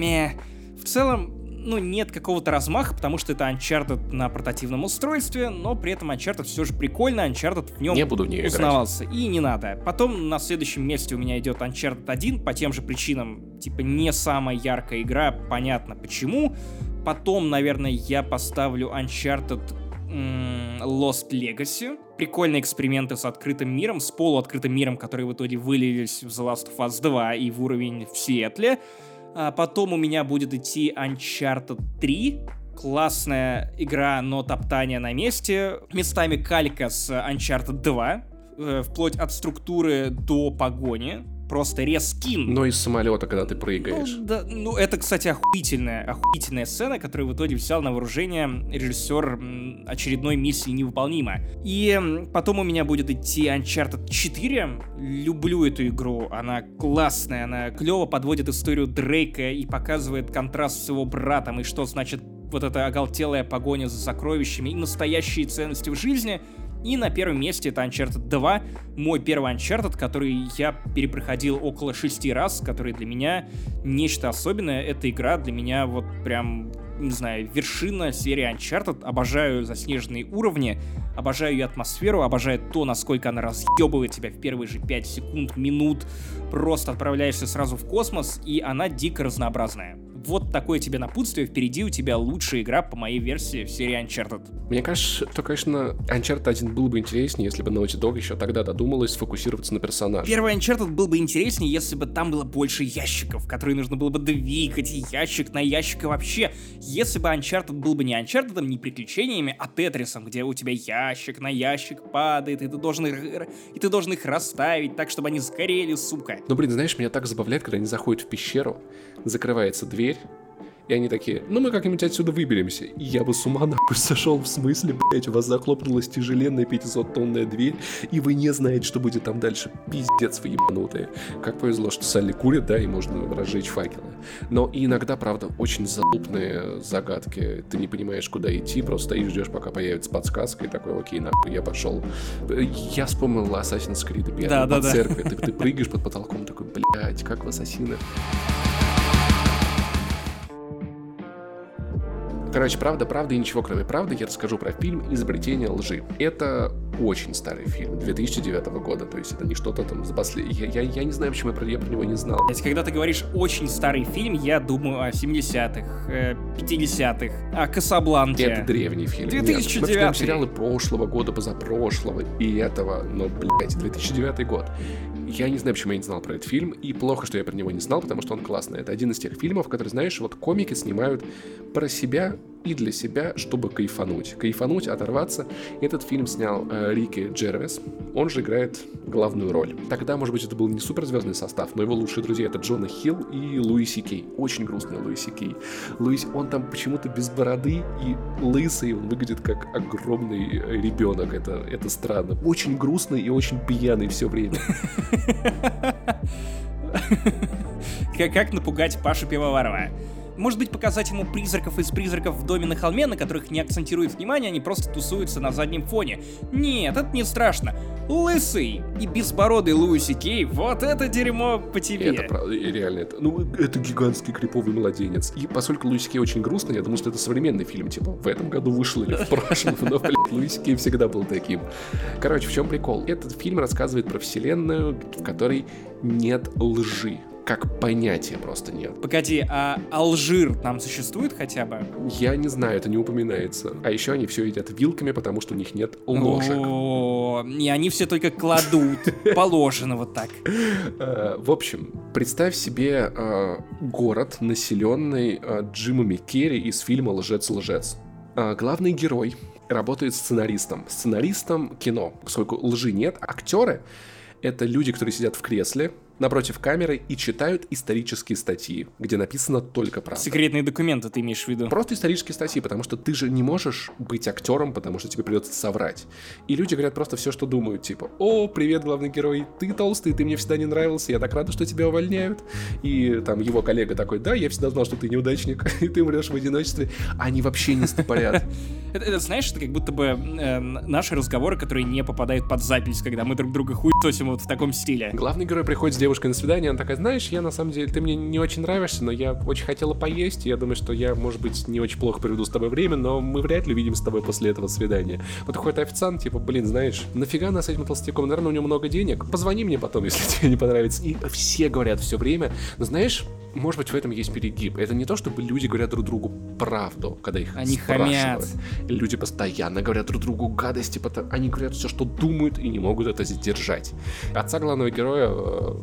в целом, нет какого-то размаха, потому что это Uncharted на портативном устройстве, но при этом Uncharted все же прикольно, Uncharted в нем узнавался. И не надо. Потом на следующем месте у меня идет Uncharted 1, по тем же причинам, типа не самая яркая игра, понятно почему. Потом, наверное, я поставлю Uncharted Lost Legacy. Прикольные эксперименты с открытым миром, с полуоткрытым миром, которые в итоге вылились в The Last of Us 2 и в уровень в Сиэтле. А потом у меня будет идти Uncharted 3. Классная игра, но топтание на месте. Местами калька с Uncharted 2. Вплоть от структуры до погони. просто рескин. Но из самолета, когда ты прыгаешь. Это, кстати, охуительная сцена, которую в итоге взял на вооружение режиссер очередной миссии невыполнима. И потом у меня будет идти Uncharted 4. Люблю эту игру, она классная, она клево подводит историю Дрейка и показывает контраст с его братом, и что значит вот эта оголтелая погоня за сокровищами и настоящие ценности в жизни. И на первом месте это Uncharted 2, мой первый Uncharted, который я перепроходил около 6 раз, который для меня нечто особенное. Эта игра для меня вот прям, не знаю, вершина серии Uncharted. Обожаю заснеженные уровни, обожаю ее атмосферу, обожаю то, насколько она разъебывает тебя в первые же 5 секунд, минут. Просто отправляешься сразу в космос, и она дико разнообразная. Вот такое тебе напутствие, впереди у тебя лучшая игра по моей версии в серии Uncharted. Мне кажется, что, конечно, Uncharted 1 был бы интереснее, если бы Naughty Dog еще тогда додумалась сфокусироваться на персонаже. Первый Uncharted был бы интереснее, если бы там было больше ящиков, которые нужно было бы двигать, и ящик на ящик и вообще. Если бы Uncharted был бы не Uncharted, не приключениями, а Тетрисом, где у тебя ящик на ящик падает, и ты должен их расставить так, чтобы они сгорели, сука. Ну, блин, знаешь, меня так забавляет, когда они заходят в пещеру, закрывается дверь, и они такие, ну мы как-нибудь отсюда выберемся. И я бы с ума нахуй сошел, в смысле, блять, у вас захлопнулась тяжеленная 500-тонная дверь, и вы не знаете, что будет там дальше. Пиздец вы ебанутые. Как повезло, что Салли курит, да, и можно разжечь факелы. Но и иногда, правда, очень залупные загадки. Ты не понимаешь, куда идти, просто стоишь, ждешь, пока появится подсказка, и такой, окей, нахуй, я пошел. Я вспомнил Assassin's Creed 1 по церкви. Ты прыгаешь под потолком, такой, блять, как в Ассасинах. Короче, правда и ничего кроме правды, я расскажу про фильм «Изобретение лжи». Это очень старый фильм, 2009 года, то есть это не что-то там за последнее... Я не знаю, почему я про него не знал. Когда ты говоришь «очень старый фильм», я думаю о 70-х, 50-х, о «Касабланке». Это древний фильм. 2009. Мы вспомним сериалы прошлого года, позапрошлого и этого, но, блядь, 2009 год. Я не знаю, почему я не знал про этот фильм, и плохо, что я про него не знал, потому что он классный. Это один из тех фильмов, которые, знаешь, вот комики снимают про себя и для себя, чтобы кайфануть. Кайфануть, оторваться. Этот фильм снял Рики Джервис. Он же играет главную роль. Тогда, может быть, это был не суперзвездный состав, но его лучшие друзья — это Джона Хилл и Луи Си Кей. Очень грустный Луи Си Кей. Он там почему-то без бороды и лысый, он выглядит как огромный ребенок. Это странно. Очень грустный и очень пьяный все время. Как напугать Пашу Пивоварова? Может быть, показать ему призраков из «Призраков в доме на холме», на которых не акцентируют внимание, они просто тусуются на заднем фоне. Нет, это не страшно. Лысый и безбородый Луи Си Кей, вот это дерьмо по тебе. Это правда, реально. Это гигантский криповый младенец. И поскольку Луи Си Кей очень грустный, я думаю, что это современный фильм, типа, в этом году вышел или в прошлом, но, блядь, Луи Си Кей всегда был таким. Короче, в чем прикол? Этот фильм рассказывает про вселенную, в которой нет лжи. Как понятия просто нет. Погоди, а Алжир там существует хотя бы? Я не знаю, это не упоминается. А еще они все едят вилками, потому что у них нет ложек. И они все только кладут. Положено вот так. В общем, представь себе город, населенный Джимом Керри из фильма «Лжец-лжец». Главный герой работает сценаристом кино. Поскольку лжи нет, актеры — это люди, которые сидят в кресле напротив камеры и читают исторические статьи, где написано только правда. Секретные документы ты имеешь в виду? Просто исторические статьи, потому что ты же не можешь быть актером, потому что тебе придется соврать. И люди говорят просто все, что думают, типа: «О, привет, главный герой, ты толстый, ты мне всегда не нравился, я так рада, что тебя увольняют». И там его коллега такой: «Да, я всегда знал, что ты неудачник, и ты умрешь в одиночестве». Они вообще не стопорят. Это, знаешь, это как будто бы наши разговоры, которые не попадают под запись, когда мы друг друга хуесосим вот в таком стиле. Главный герой приходит с девушкой на свидание, она такая: «Знаешь, я на самом деле, ты мне не очень нравишься, но я очень хотела поесть, и я думаю, что я, может быть, не очень плохо проведу с тобой время, но мы вряд ли увидимся с тобой после этого свидания». Вот такой официант, типа: «Блин, знаешь, нафига нас с этим толстяком? Наверное, у него много денег. Позвони мне потом, если тебе не понравится». И все говорят все время, но знаешь, может быть, в этом есть перегиб. Это не то, чтобы люди говорят друг другу правду, когда их они спрашивают. Хамят. Люди постоянно говорят друг другу гадости, они говорят все, что думают, и не могут это сдержать. Отца главного героя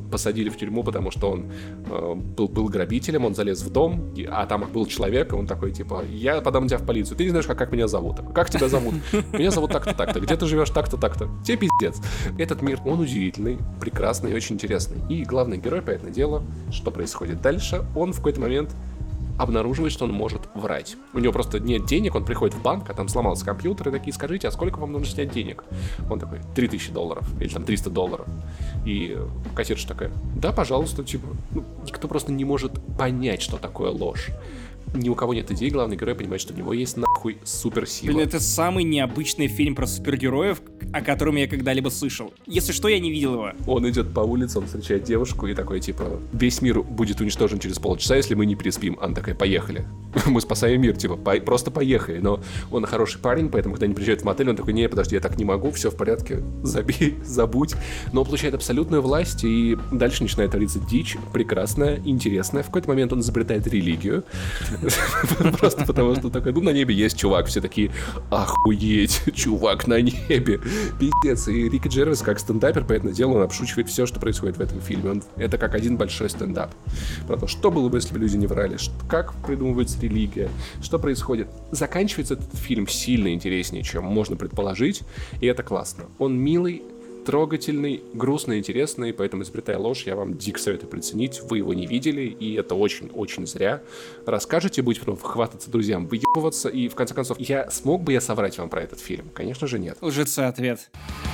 посадили в тюрьму, потому что он был грабителем, он залез в дом, а там был человек, и он такой, типа, я подам тебя в полицию, ты не знаешь, как меня зовут. Как тебя зовут? Меня зовут так-то, так-то. Где ты живешь? Так-то, так-то. Тебе пиздец. Этот мир, он удивительный, прекрасный и очень интересный. И главный герой, понятное дело, что происходит дальше, он в какой-то момент обнаруживает, что он может врать. У него просто нет денег, он приходит в банк, а там сломался компьютер, и такие, скажите, а сколько вам нужно снять денег? Он такой, $3000 или там $300. И кассирша такая, да, пожалуйста, типа, никто просто не может понять, что такое ложь. Ни у кого нет идей, главный герой понимает, что у него есть нахуй суперсила. Блин, это самый необычный фильм про супергероев, о котором я когда-либо слышал. Если что, я не видел его. Он идет по улице, он встречает девушку и такой, типа, весь мир будет уничтожен через полчаса, если мы не переспим. Она такая, поехали. Мы спасаем мир, типа, просто поехали. Но он хороший парень, поэтому, когда они приезжают в мотель, он такой, не, подожди, я так не могу, все в порядке, забей, забудь. Но он получает абсолютную власть, и дальше начинает твориться дичь, прекрасная, интересная. В какой-то момент он изобретает религию. Просто потому, что такой, на небе есть чувак. Все такие, охуеть, чувак на небе. Пиздец. И Рики Джервис, как стендапер, по этому делу, он обшучивает все, что происходит в этом фильме. Это как один большой стендап. Про то, что было бы, если бы люди не врали, как придумывается религия, что происходит. Заканчивается этот фильм сильно интереснее, чем можно предположить, и это классно. Он милый, трогательный, грустный, интересный, поэтому, изобретая ложь, я вам дико советую приценить. Вы его не видели, и это очень-очень зря. Расскажете, будете потом хвататься друзьям, выебываться, и в конце концов, смог бы я соврать вам про этот фильм? Конечно же, нет. Лжеца ответ.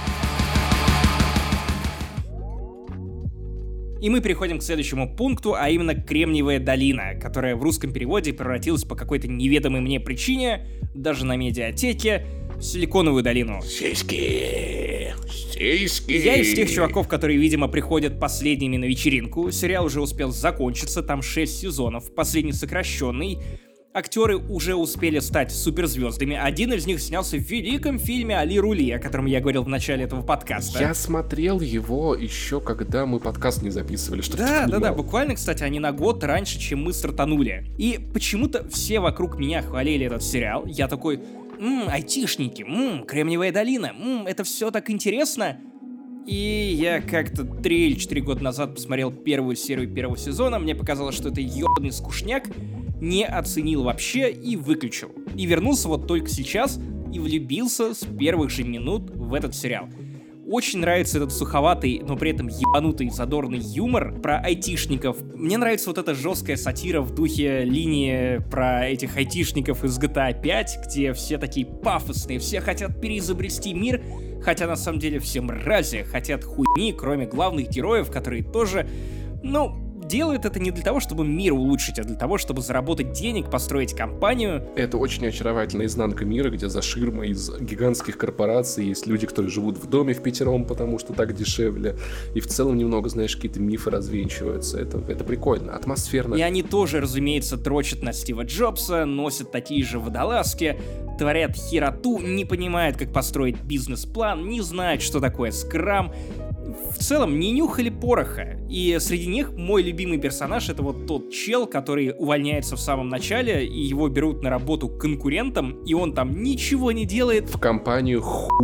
И мы переходим к следующему пункту, а именно Кремниевая долина, которая в русском переводе превратилась по какой-то неведомой мне причине, даже на медиатеке, в Силиконовую долину. Сиськи. Я из тех чуваков, которые, видимо, приходят последними на вечеринку. Сериал уже успел закончиться, там 6 сезонов, последний сокращенный. Актеры уже успели стать суперзвездами. Один из них снялся в великом фильме «Али Рули», о котором я говорил в начале этого подкаста. Я смотрел его еще, когда мы подкаст не записывали. Да, буквально, кстати, они на год раньше, чем мы стартанули. И почему-то все вокруг меня хвалили этот сериал. Я такой, айтишники, Кремниевая долина, это все так интересно. И я как-то 3 или 4 года назад посмотрел первую серию первого сезона, мне показалось, что это ёбаный скучняк, не оценил вообще и выключил. И вернулся вот только сейчас и влюбился с первых же минут в этот сериал. Очень нравится этот суховатый, но при этом ебанутый задорный юмор про айтишников. Мне нравится вот эта жесткая сатира в духе линии про этих айтишников из GTA 5, где все такие пафосные, все хотят переизобрести мир, хотя на самом деле все мрази, хотят хуйни, кроме главных героев, которые тоже, делают это не для того, чтобы мир улучшить, а для того, чтобы заработать денег, построить компанию. Это очень очаровательная изнанка мира, где за ширмой из гигантских корпораций есть люди, которые живут в доме впятером, потому что так дешевле. И в целом немного, знаешь, какие-то мифы развенчиваются. Это прикольно, атмосферно. И они тоже, разумеется, дрочат на Стива Джобса, носят такие же водолазки, творят хероту, не понимают, как построить бизнес-план, не знают, что такое скрам. В целом, не нюхали пороха. И среди них мой любимый персонаж — это вот тот чел, который увольняется в самом начале, и его берут на работу к конкурентам, и он там ничего не делает. В компанию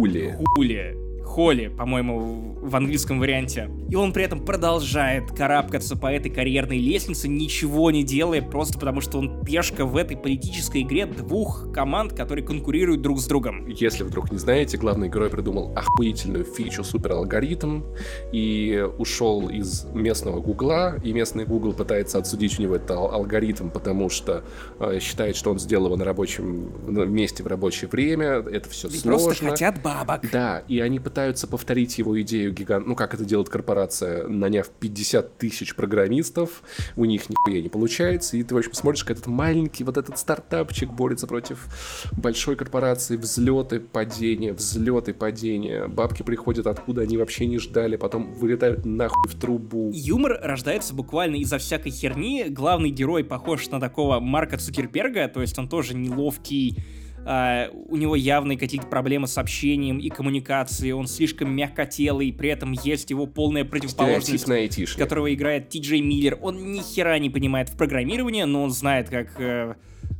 Холли, по-моему, в английском варианте. И он при этом продолжает карабкаться по этой карьерной лестнице, ничего не делая, просто потому что он пешка в этой политической игре двух команд, которые конкурируют друг с другом. Если вдруг не знаете, главный герой придумал охуительную фичу супералгоритм и ушел из местного Гугла, и местный Google пытается отсудить у него этот алгоритм, потому что считает, что он сделал его на рабочем месте в рабочее время. Это все сложно. Просто хотят бабок. Да, и они пытаются повторить его идею как это делает корпорация, наняв 50 тысяч программистов, у них нихуя не получается, и ты, в общем, смотришь, как этот маленький вот этот стартапчик борется против большой корпорации, взлеты, падения, бабки приходят откуда они вообще не ждали, потом вылетают нахуй в трубу. Юмор рождается буквально из-за всякой херни, главный герой похож на такого Марка Цукерберга, то есть он тоже неловкий, у него явные какие-то проблемы с общением и коммуникацией, он слишком мягкотелый, при этом есть его полная противоположность, которого играет Ти Джей Миллер. Он ни хера не понимает в программировании, но он знает, как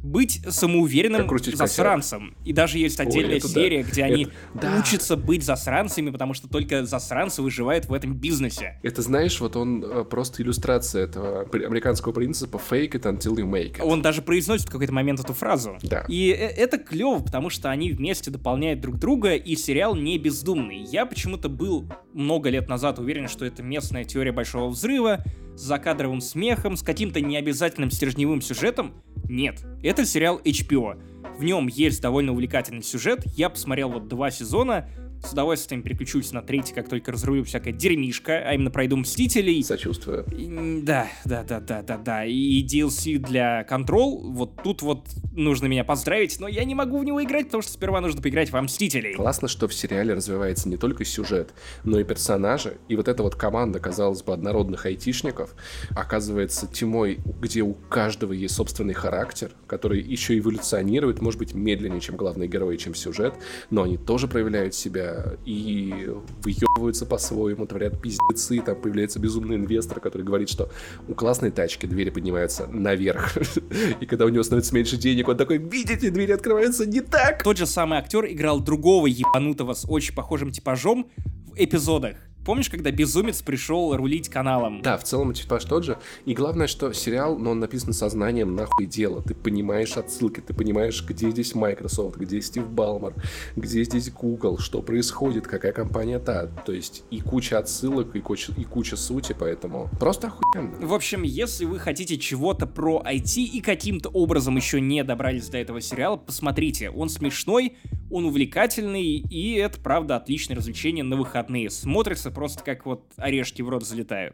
быть самоуверенным засранцем. И даже есть отдельная серия, где они учатся быть засранцами, потому что только засранцы выживают в этом бизнесе. Это, знаешь, вот он просто иллюстрация этого американского принципа fake it until you make it. Он даже произносит в какой-то момент эту фразу. Да. И это клево, потому что они вместе дополняют друг друга, и сериал не бездумный. Я почему-то был много лет назад уверен, что это местная теория большого взрыва, с закадровым смехом, с каким-то необязательным стержневым сюжетом. Нет, это сериал HBO. В нем есть довольно увлекательный сюжет. Я посмотрел вот 2 сезона, с удовольствием переключусь на 3-й, как только разрулю всякое дерьмишко, а именно пройду Мстителей. Сочувствую. Да. И DLC для Control, вот тут вот нужно меня поздравить, но я не могу в него играть, потому что сперва нужно поиграть во Мстителей. Классно, что в сериале развивается не только сюжет, но и персонажи. И вот эта вот команда, казалось бы, однородных айтишников, оказывается тьмой, где у каждого есть собственный характер, который еще эволюционирует, может быть, медленнее, чем главные герои, чем сюжет, но они тоже проявляют себя и выебываются по-своему, творят пиздецы, там появляется безумный инвестор, который говорит, что у классной тачки двери поднимаются наверх, и когда у него становится меньше денег, он такой: видите, двери открываются не так! Тот же самый актер играл другого ебанутого с очень похожим типажом в эпизодах. Помнишь, когда Безумец пришел рулить каналом? Да, в целом типаж тот же. И главное, что сериал, но он написан сознанием нахуй дела. Ты понимаешь отсылки, ты понимаешь, где здесь Microsoft, где Стив Балмер, где здесь Google, что происходит, какая компания та. То есть и куча отсылок, и куча сути, поэтому просто охуенно. В общем, если вы хотите чего-то про IT и каким-то образом еще не добрались до этого сериала, посмотрите. Он смешной, он увлекательный, и это, правда, отличное развлечение на выходные. Смотрится просто как вот орешки в рот залетают.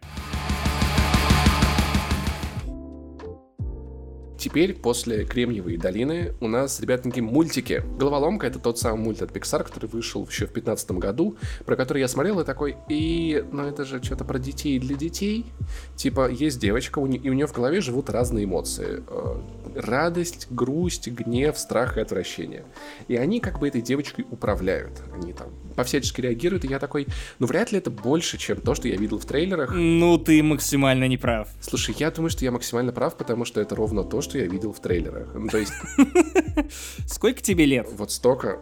Теперь, после «Кремниевой долины», у нас, ребятники, мультики. «Головоломка» — это тот самый мульт от Pixar, который вышел еще в 2015 году, про который я смотрел и такой: ну это же что-то про детей для детей. Типа, есть девочка, и у нее в голове живут разные эмоции. Радость, грусть, гнев, страх и отвращение. И они как бы этой девочкой управляют. Они там по-всячески реагируют, и я такой: вряд ли это больше, чем то, что я видел в трейлерах. Ну, ты максимально не прав. Слушай, я думаю, что я максимально прав, потому что это ровно то, что я видел в трейлерах. Ну, то есть... Сколько тебе лет? Вот столько.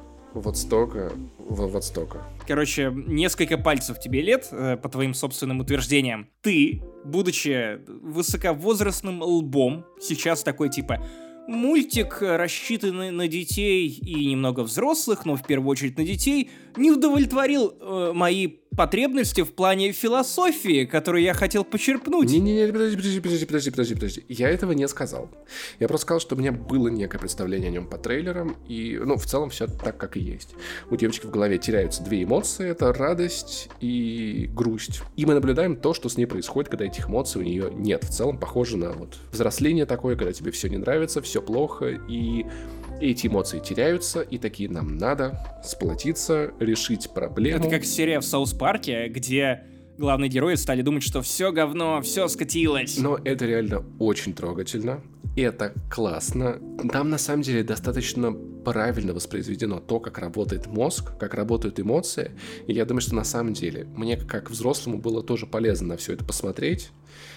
Короче, несколько пальцев тебе лет, по твоим собственным утверждениям. Ты, будучи высоковозрастным лбом, сейчас такой типа: мультик, рассчитанный на детей и немного взрослых, но в первую очередь на детей, не удовлетворил мои потребности в плане философии, которую я хотел почерпнуть. Не-не-не, подожди. Я этого не сказал. Я просто сказал, что у меня было некое представление о нем по трейлерам, и, в целом все так, как и есть. У девочки в голове теряются 2 эмоции, это радость и грусть. И мы наблюдаем то, что с ней происходит, когда этих эмоций у нее нет. В целом похоже на вот взросление такое, когда тебе все не нравится, все плохо, и эти эмоции теряются, и такие: нам надо сплотиться, решить проблему. Это как серия в Саус Парке, где главные герои стали думать, что все говно, все скатилось. Но это реально очень трогательно. Это классно. Там на самом деле достаточно правильно воспроизведено то, как работает мозг, как работают эмоции. И я думаю, что на самом деле мне, как взрослому, было тоже полезно на все это посмотреть.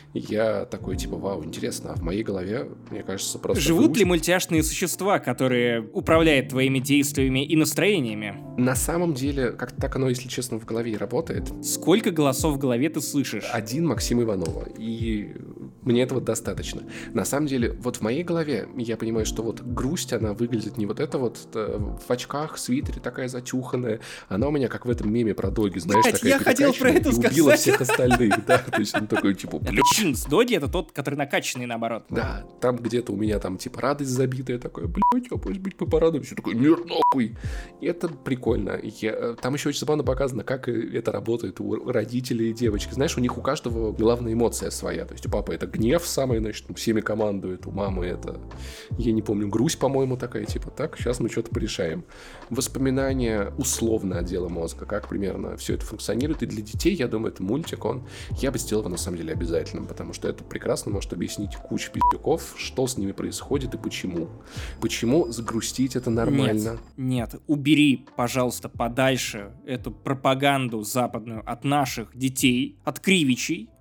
Я такой типа: вау, интересно, а в моей голове, мне кажется, просто... Живут ли мультяшные существа, которые управляют твоими действиями и настроениями? На самом деле, как так оно, если честно, в голове и работает. Сколько голосов в голове ты слышишь? 1 Максима Иванова, и мне этого достаточно. На самом деле, вот в моей голове я понимаю, что вот грусть, она выглядит не вот это вот в очках, свитере такая затюханная, она у меня как в этом меме про Доги, знаешь, такая я хотел про это сказать. Убила всех остальных, да, то есть он такой типа... Чинс Доги — это тот, который накачанный, наоборот. Да, там где-то у меня там типа радость забитая, такая: блять, а пусть быть мы порадуемся, такой: нет, нахуй. И это прикольно. Там еще очень забавно показано, как это работает у родителей и девочки. Знаешь, у них у каждого главная эмоция своя. То есть у папы это гнев самый, значит, всеми командует, у мамы это, я не помню, грусть, по-моему, такая, типа: так, сейчас мы что-то порешаем. Воспоминания условно отдела мозга, как примерно все это функционирует. И для детей, я думаю, это мультик, я бы сделал его на самом деле обязательным, потому что это прекрасно может объяснить кучу пиздюков, что с ними происходит и почему. Почему загрустить это нормально? Нет, убери, пожалуйста, подальше эту пропаганду западную от наших детей, от кривичей.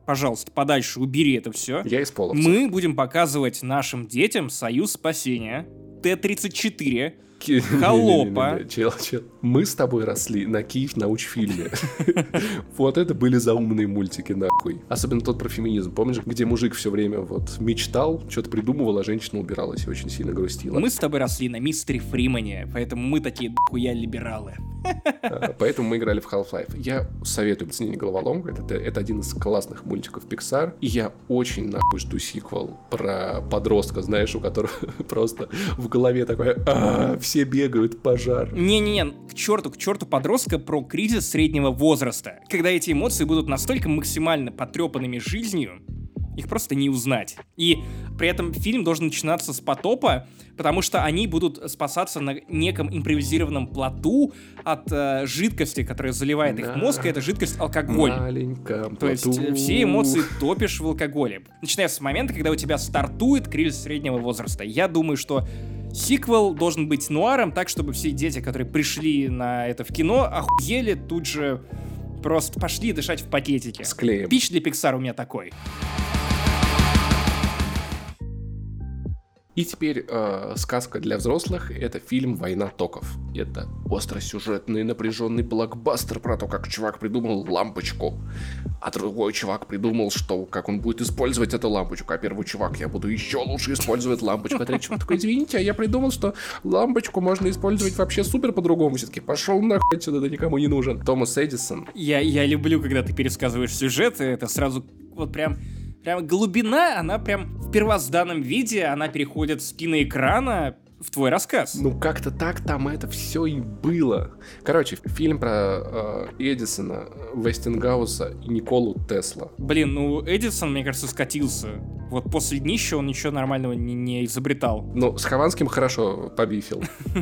пожалуйста, подальше убери это все. Я из половцев. Мы будем показывать нашим детям «Союз спасения», Т-34, «Холопа». Чел. Мы с тобой росли на Киев научфильме. Вот это были заумные мультики, нахуй. Особенно тот про феминизм, помнишь, где мужик все время вот мечтал, что-то придумывал, а женщина убиралась и очень сильно грустила. Мы с тобой росли на мистере Фримане, поэтому мы такие дохуя либералы. Поэтому мы играли в Half-Life. Я советую «Оценить головоломку». Это один из классных мультиков Pixar. И я очень нахуй жду сиквел про подростка, знаешь, у которого просто в голове такое: все бегают, пожар. Не-не-не, к черту подростка про кризис среднего возраста. Когда эти эмоции будут настолько максимально потрепанными жизнью, их просто не узнать. И при этом фильм должен начинаться с потопа, потому что они будут спасаться на неком импровизированном плоту от жидкости, которая заливает их мозг, и это жидкость алкоголь. То есть все эмоции топишь в алкоголе. Начиная с момента, когда у тебя стартует кризис среднего возраста. Я думаю, что сиквел должен быть нуаром, так, чтобы все дети, которые пришли на это в кино, охуели тут же, просто пошли дышать в пакетике. Склеим. Пич для Pixar у меня такой. И теперь сказка для взрослых — это фильм «Война токов». Это остросюжетный напряженный блокбастер про то, как чувак придумал лампочку, а другой чувак придумал, что как он будет использовать эту лампочку, а первый чувак: я буду еще лучше использовать лампочку, а третий чувак такой: извините, а я придумал, что лампочку можно использовать вообще супер по-другому. Все-таки пошел нахуй отсюда, да никому не нужен. Томас Эдисон. Я люблю, когда ты пересказываешь сюжеты, это сразу вот прям глубина, она прям в первозданном виде, она переходит с киноэкрана в твой рассказ. Ну, как-то так там это все и было. Короче, фильм про Эдисона, Вестингауса и Николу Тесла. Блин, ну Эдисон, мне кажется, скатился. Вот после днища он ничего нормального не изобретал. Ну, с Хованским хорошо побифил.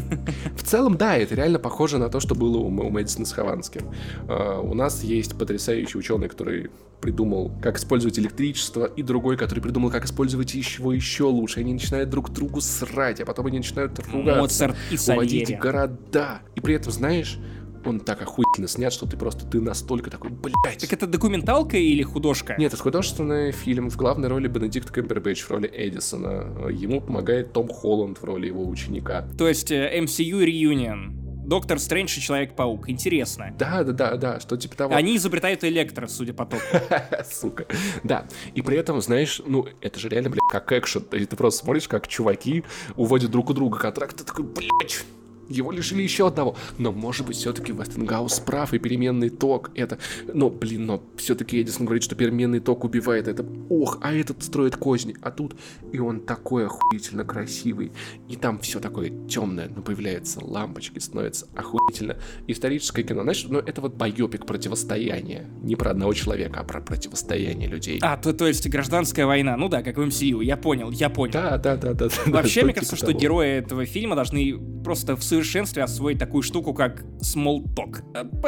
В целом, да, это реально похоже на то, что было у Мэдисона с Хованским. У нас есть потрясающий ученый, который придумал, как использовать электричество, и другой, который придумал, как использовать его еще лучше. Они начинают друг другу срать, а потом они начинают ругаться, Моцарт и уводить Сальери. города. И при этом, знаешь, он так охуительно снят, что ты настолько такой: блять. Так это документалка или художка? Нет, это художественный фильм. В главной роли Бенедикт Камбербэтч в роли Эдисона. Ему помогает Том Холланд в роли его ученика. То есть MCU Reunion. Доктор Стрэндж и Человек-паук. Интересно. Да, что типа того. Они изобретают электро, судя по току. Сука. Да. И при этом, знаешь, ну, это же реально, блядь, как экшен. Ты просто смотришь, как чуваки уводят друг у друга контракт, ты такой: блядь, его лишили еще одного. Но, может быть, все-таки Вестингаус прав, и переменный ток это... Но все-таки Эдисон говорит, что переменный ток убивает это. Ох, а этот строит козни. А тут и он такой охуительно красивый. И там все такое темное, но появляются лампочки, становится охуительно. Историческое кино, знаешь, ну это вот байопик противостояния. Не про одного человека, а про противостояние людей. То есть гражданская война. Ну да, как в MCU. Я понял. Да. Вообще, мне кажется, что герои этого фильма должны просто в совершенстве освоить такую штуку, как small talk.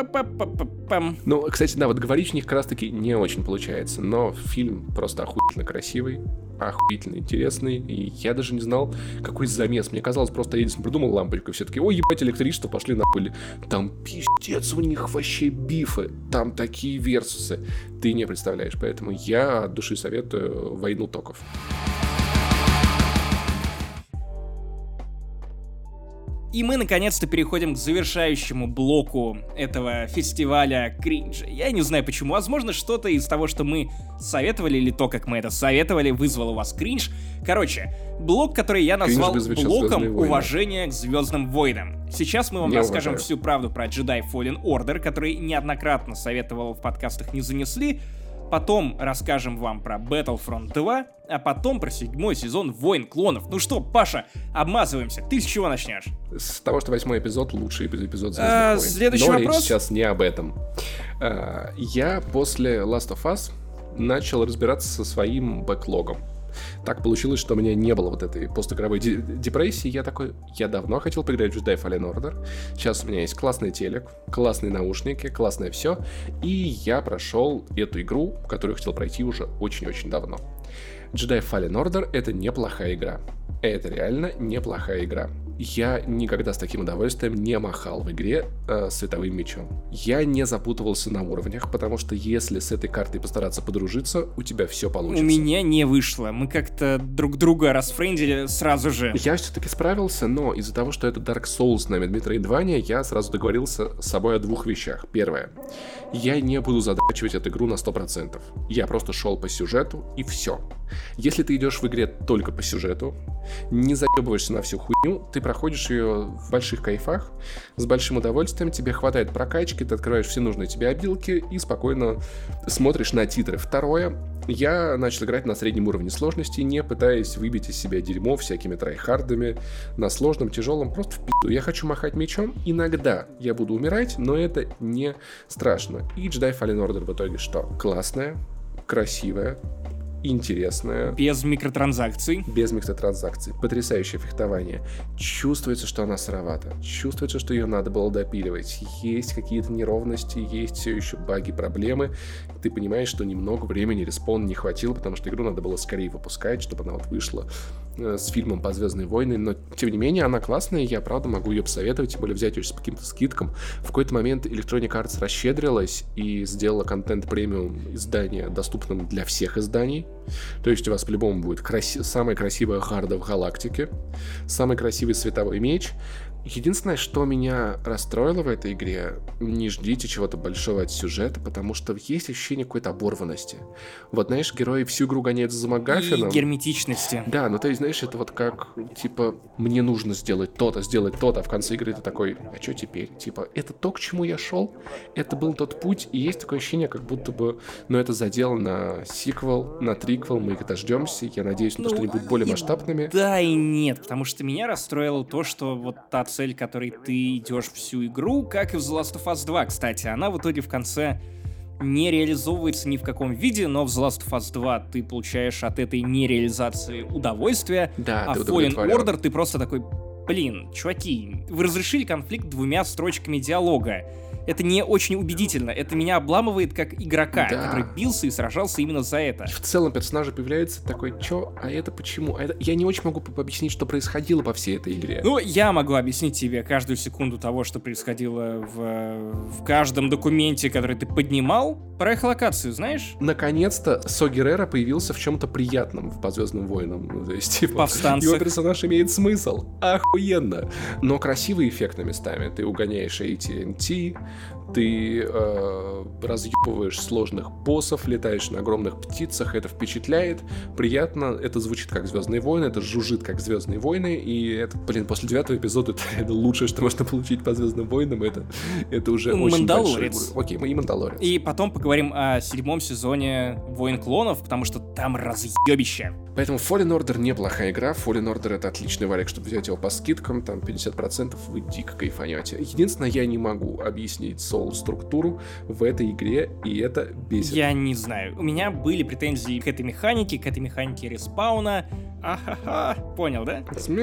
Ну, кстати, да, вот говорить у них как раз-таки не очень получается, но фильм просто охуительно красивый, охуительно интересный, и я даже не знал, какой замес. Мне казалось, просто Эдисон придумал лампочку, и все таки: ой, ебать, электричество, пошли нахуй. Там пиздец у них вообще бифы, там такие версусы, ты не представляешь, поэтому я от души советую «Войну токов». И мы наконец-то переходим к завершающему блоку этого фестиваля кринжа. Я не знаю почему, возможно, что-то из того, что мы советовали, или то, как мы это советовали, вызвало у вас кринж. Короче, блок, который я назвал блоком уважения к Звездным войнам. Сейчас мы вам расскажем всю правду про Jedi Fallen Order, который неоднократно советовал в подкастах «Не занесли». Потом расскажем вам про Battlefront 2, а потом про 7-й сезон «Войн клонов». Ну что, Паша, обмазываемся. Ты с чего начнешь? С того, что 8-й эпизод — лучший эпизод «Звездных войн». Следующий вопрос? Речь сейчас не об этом. Я после Last of Us начал разбираться со своим бэклогом. Так получилось, что у меня не было вот этой постигровой депрессии. Я давно хотел поиграть в Jedi Fallen Order. Сейчас у меня есть классный телек, классные наушники, классное все. И я прошел эту игру, которую хотел пройти уже очень-очень давно. Jedi Fallen Order — это неплохая игра. Это реально неплохая игра. Я никогда с таким удовольствием не махал в игре световым мечом. Я не запутывался на уровнях, потому что если с этой картой постараться подружиться, у тебя все получится. У меня не вышло. Мы как-то друг друга расфрендили сразу же. Я все-таки справился, но из-за того, что это Dark Souls на Metroidvania, я сразу договорился с собой о двух вещах. Первое. Я не буду задачивать эту игру на 100%. Я просто шел по сюжету, и все. Если ты идешь в игре только по сюжету, не заебываешься на всю хуйню, ты проходишь ее в больших кайфах, с большим удовольствием, тебе хватает прокачки, ты открываешь все нужные тебе обилки и спокойно смотришь на титры. Второе, я начал играть на среднем уровне сложности, не пытаясь выбить из себя дерьмо всякими трайхардами, на сложном, тяжелом, просто в пизду. Я хочу махать мечом, иногда я буду умирать, но это не страшно. И Jedi Fallen Order в итоге что? Классная, красивая, интересная. Без микротранзакций. Без микротранзакций. Потрясающее фехтование. Чувствуется, что она сыровата. Чувствуется, что ее надо было допиливать. Есть какие-то неровности, есть все еще баги, проблемы. Ты понимаешь, что немного времени респаун не хватило, потому что игру надо было скорее выпускать, чтобы она вот вышла с фильмом по «Звездные войны», но, тем не менее, она классная, я, правда, могу ее посоветовать, тем более взять ее с каким-то скидком. В какой-то момент Electronic Arts расщедрилась и сделала контент-премиум издание доступным для всех изданий. То есть у вас по-любому будет самая красивая харда в галактике, самый красивый световой меч. Единственное, что меня расстроило в этой игре, не ждите чего-то большого от сюжета, потому что есть ощущение какой-то оборванности. Вот, знаешь, герои всю игру гоняются за МакГаффином. И герметичности. Да, ну то есть, знаешь, это вот как, типа, мне нужно сделать то-то, а в конце игры ты такой, а что теперь? Типа, это то, к чему я шел, это был тот путь, и есть такое ощущение, как будто бы, ну, это задел на сиквел, на триквел, мы их дождемся, я надеюсь, на то, что они будут более масштабными. Да и нет, потому что меня расстроило то, что вот та цель, которой ты идешь всю игру, как и в The Last of Us 2, кстати, она в итоге в конце не реализовывается ни в каком виде, но в The Last of Us 2 ты получаешь от этой нереализации удовольствие, да, а в Fallen Order ты просто такой, блин, чуваки, вы разрешили конфликт 2 строчками диалога. Это не очень убедительно. Это меня обламывает как игрока, да, который бился и сражался именно за это. В целом персонаж появляется такой, чё, а это почему? А это... Я не очень могу объяснить, что происходило по всей этой игре. Ну, я могу объяснить тебе каждую секунду того, что происходило в каждом документе, который ты поднимал. Про эхолокацию, знаешь? Наконец-то Со Геррера появился в чем-то приятном по «Звездным войнам». Ну, то есть, типа, повстанцах. Его персонаж имеет смысл. Охуенно. Но красивый эффект местами. Ты угоняешь AT&T, ты разъебываешь сложных боссов, летаешь на огромных птицах, это впечатляет, приятно, это звучит как «Звездные войны», это жужжит как «Звездные войны», и это, блин, после 9-го эпизода это лучшее, что можно получить по «Звездным войнам», это уже очень большой уровень. Окей, и «Мандалорец». И потом поговорим о 7-м сезоне «Войн клонов», потому что там разъебище. Поэтому Fallen Order неплохая игра, Fallen Order это отличный вариант, чтобы взять его по скидкам, там 50% вы дико кайфанете. Единственное, я не могу объяснить структуру в этой игре, и это бесит. Я не знаю. У меня были претензии к этой механике респауна. Ахаха. Понял, да?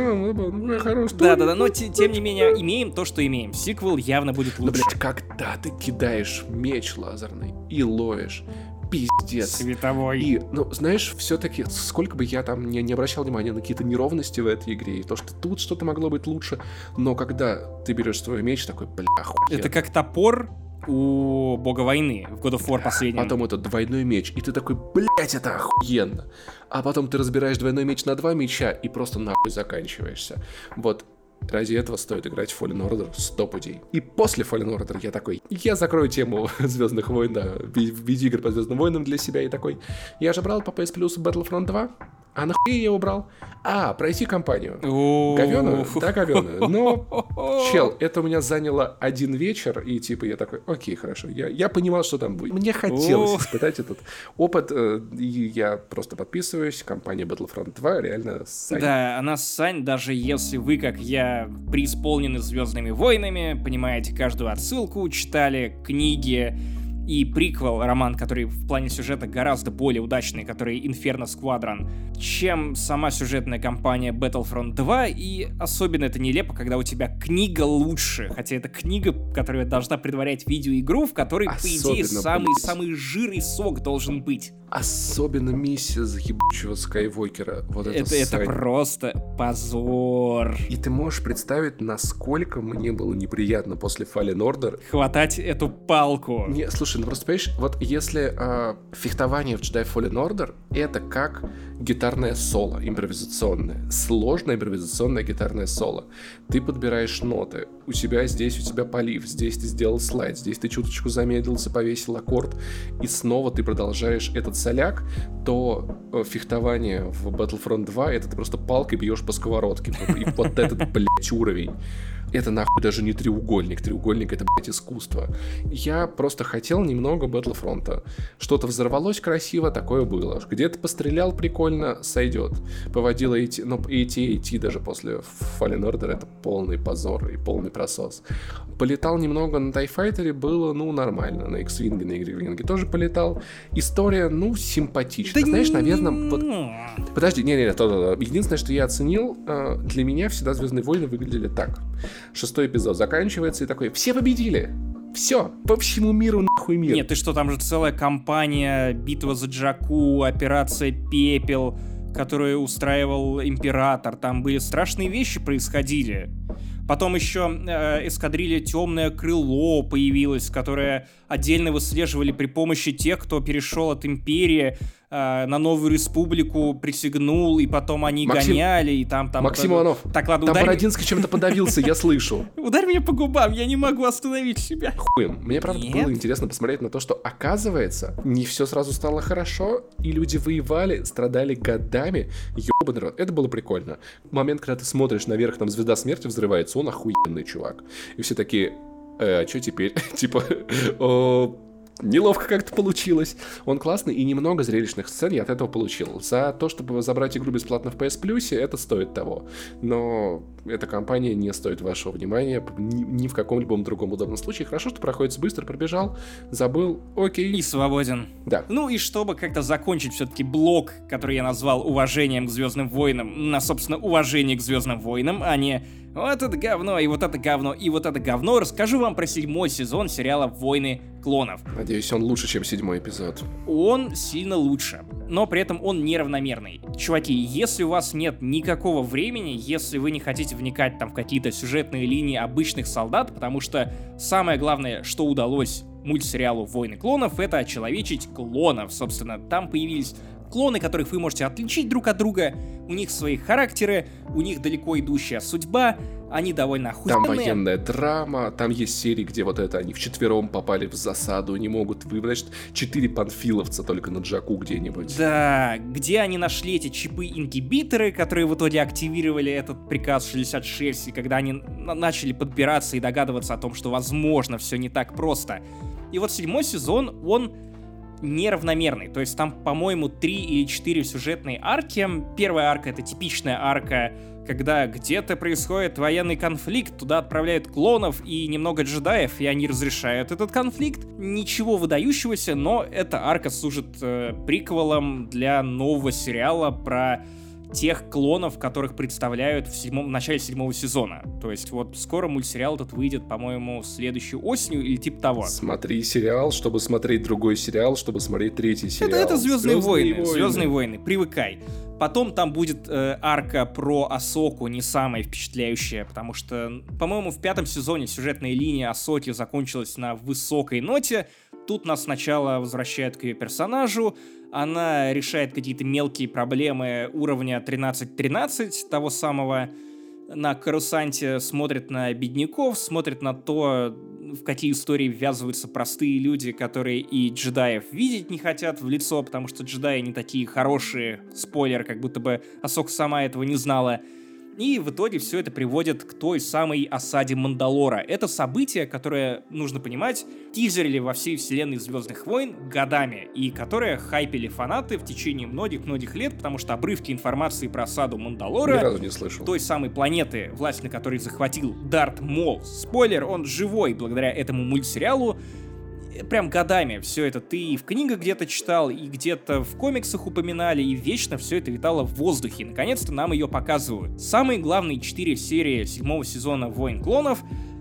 Да, но тем не менее, имеем то, что имеем. Сиквел явно будет лучше. Но, блядь, когда ты кидаешь меч лазерный и ловишь, пиздец. Световой. И, ну, знаешь, все-таки, сколько бы я там не обращал внимания на какие-то неровности в этой игре, и то, что тут что-то могло быть лучше, но когда ты берешь свой меч, такой, бля, охуенно. Это как топор у бога войны в God of War последнем. Потом это двойной меч, и ты такой, блять, это охуенно. А потом ты разбираешь двойной меч на 2 меча и просто нахуй заканчиваешься. Вот. Ради этого стоит играть в Fallen Order 100 путей. И после Fallen Order я такой, я закрою тему Звездных войн, да, видеоигр по Звездным войнам для себя, и такой, я же брал по PS Plus Battlefront 2, а нахуй я его брал? Пройти кампанию. Говёную? Да, говёную. Но, чел, это у меня заняло 1 вечер, и типа я такой, окей, хорошо, я понимал, что там будет. Мне хотелось испытать этот опыт, и я просто подписываюсь, компания Battlefront 2 реально сань. Да, она сань, даже если вы, как я, преисполнены Звездными войнами, понимаете каждую отсылку, читали книги и приквел, роман, который в плане сюжета гораздо более удачный, который Inferno Squadron, чем сама сюжетная кампания Battlefront 2, и особенно это нелепо, когда у тебя книга лучше, хотя это книга, которая должна предварять видеоигру, в которой, по идее, самый жир и сок должен быть. Особенно миссия заебучего Скайуокера. Вот это просто позор. И ты можешь представить, насколько мне было неприятно после Fallen Order хватать эту палку. Не, слушай, ну просто понимаешь, вот если фехтование в Jedi Fallen Order это как гитарное соло импровизационное, сложное импровизационное гитарное соло. Ты подбираешь ноты, у тебя полив, здесь ты сделал слайд, здесь ты чуточку замедлился, повесил аккорд, и снова ты продолжаешь этот соляк, то фехтование в Battlefront 2 это ты просто палкой бьешь по сковородке. И вот этот, блядь, уровень. Это нахуй даже не треугольник. Треугольник — это, блядь, искусство. Я просто хотел немного Battlefront. Что-то взорвалось красиво, такое было. Где-то пострелял прикольно, сойдет. Поводил AT, но AT даже после Fallen Order — это полный позор и полный просос. Полетал немного на TIE Fighter, было, нормально. На X-Wing, на Y-Wing тоже полетал. История, симпатичная. Да знаешь, наверное, вот... Подожди, единственное, что я оценил, для меня всегда «Звездные войны» выглядели так. 6-й эпизод заканчивается и такой: все победили! Все, по всему миру нахуй мир. Нет, ты что, там же целая кампания, битва за Джаку, операция Пепел, которую устраивал Император. Там были страшные вещи происходили. Потом еще эскадрилья «Темное крыло» появилась, которая отдельно выслеживали при помощи тех, кто перешел от Империи на Новую Республику, присягнул, и потом они гоняли, и там... Максим Иванов, так, ладно, там Бородинский чем-то подавился, я слышу. Ударь меня по губам, я не могу остановить себя. Хуем. Мне, правда, было интересно посмотреть на то, что, оказывается, не все сразу стало хорошо, и люди воевали, страдали годами. Ёбаный рот. Это было прикольно. Момент, когда ты смотришь наверх, там звезда смерти взрывается, он охуенный чувак. И все такие: а что теперь? Типа... Неловко как-то получилось. Он классный, и немного зрелищных сцен я от этого получил. За то, чтобы забрать игру бесплатно в PS Plus, это стоит того. Но эта компания не стоит вашего внимания ни в каком-либо другом удобном случае. Хорошо, что проходится быстро, пробежал, забыл, окей. И свободен. Да. И чтобы как-то закончить все-таки блок, который я назвал уважением к Звездным войнам, на, собственно, уважение к Звездным войнам, а не вот это говно, и вот это говно, и вот это говно, расскажу вам про 7-й сезон сериала «Войны клонов». Надеюсь, он лучше, чем 7-й эпизод. Он сильно лучше, но при этом он неравномерный. Чуваки, если у вас нет никакого времени, если вы не хотите вникать там в какие-то сюжетные линии обычных солдат, потому что самое главное, что удалось мультсериалу «Войны клонов», это очеловечить клонов. Собственно, там появились клоны, которых вы можете отличить друг от друга, у них свои характеры, у них далеко идущая судьба, они довольно охуенные. Там военная драма, там есть серии, где вот это они вчетвером попали в засаду, не могут выбрать 4 панфиловца только на Джаку где-нибудь. Да, где они нашли эти чипы-ингибиторы, которые в итоге активировали этот приказ 66, и когда они начали подбираться и догадываться о том, что возможно все не так просто. И вот 7-й сезон, он неравномерный. То есть там, по-моему, 3 или 4 сюжетные арки. Первая арка — это типичная арка, когда где-то происходит военный конфликт, туда отправляют клонов и немного джедаев, и они разрешают этот конфликт. Ничего выдающегося, но эта арка служит приквелом для нового сериала про тех клонов, которых представляют в начале 7-го сезона. То есть вот скоро мультсериал этот выйдет, по-моему, следующей осенью или типа того. Смотри сериал, чтобы смотреть другой сериал, чтобы смотреть третий сериал. Это Звездные войны. Звездные войны, привыкай. Потом там будет арка про Асоку, не самая впечатляющая, потому что, по-моему, в 5-м сезоне сюжетная линия Асоки закончилась на высокой ноте. Тут нас сначала возвращают к ее персонажу, она решает какие-то мелкие проблемы уровня 13-13, того самого на Корусанте, смотрит на бедняков, смотрит на то, в какие истории ввязываются простые люди, которые и джедаев видеть не хотят в лицо, потому что джедаи не такие хорошие, спойлер, как будто бы Асока сама этого не знала. И в итоге все это приводит к той самой осаде Мандалора. Это событие, которое, нужно понимать, тизерили во всей вселенной Звездных войн годами, и которое хайпели фанаты в течение многих-многих лет, потому что обрывки информации про осаду Мандалора, ни разу не слышал, той самой планеты, власть на которой захватил Дарт Мол, спойлер, он живой благодаря этому мультсериалу, прям годами все это ты и в книгах где-то читал, и где-то в комиксах упоминали, и вечно все это витало в воздухе. Наконец-то нам ее показывают. Самые главные 4 серии 7-го сезона «Войн клонов» —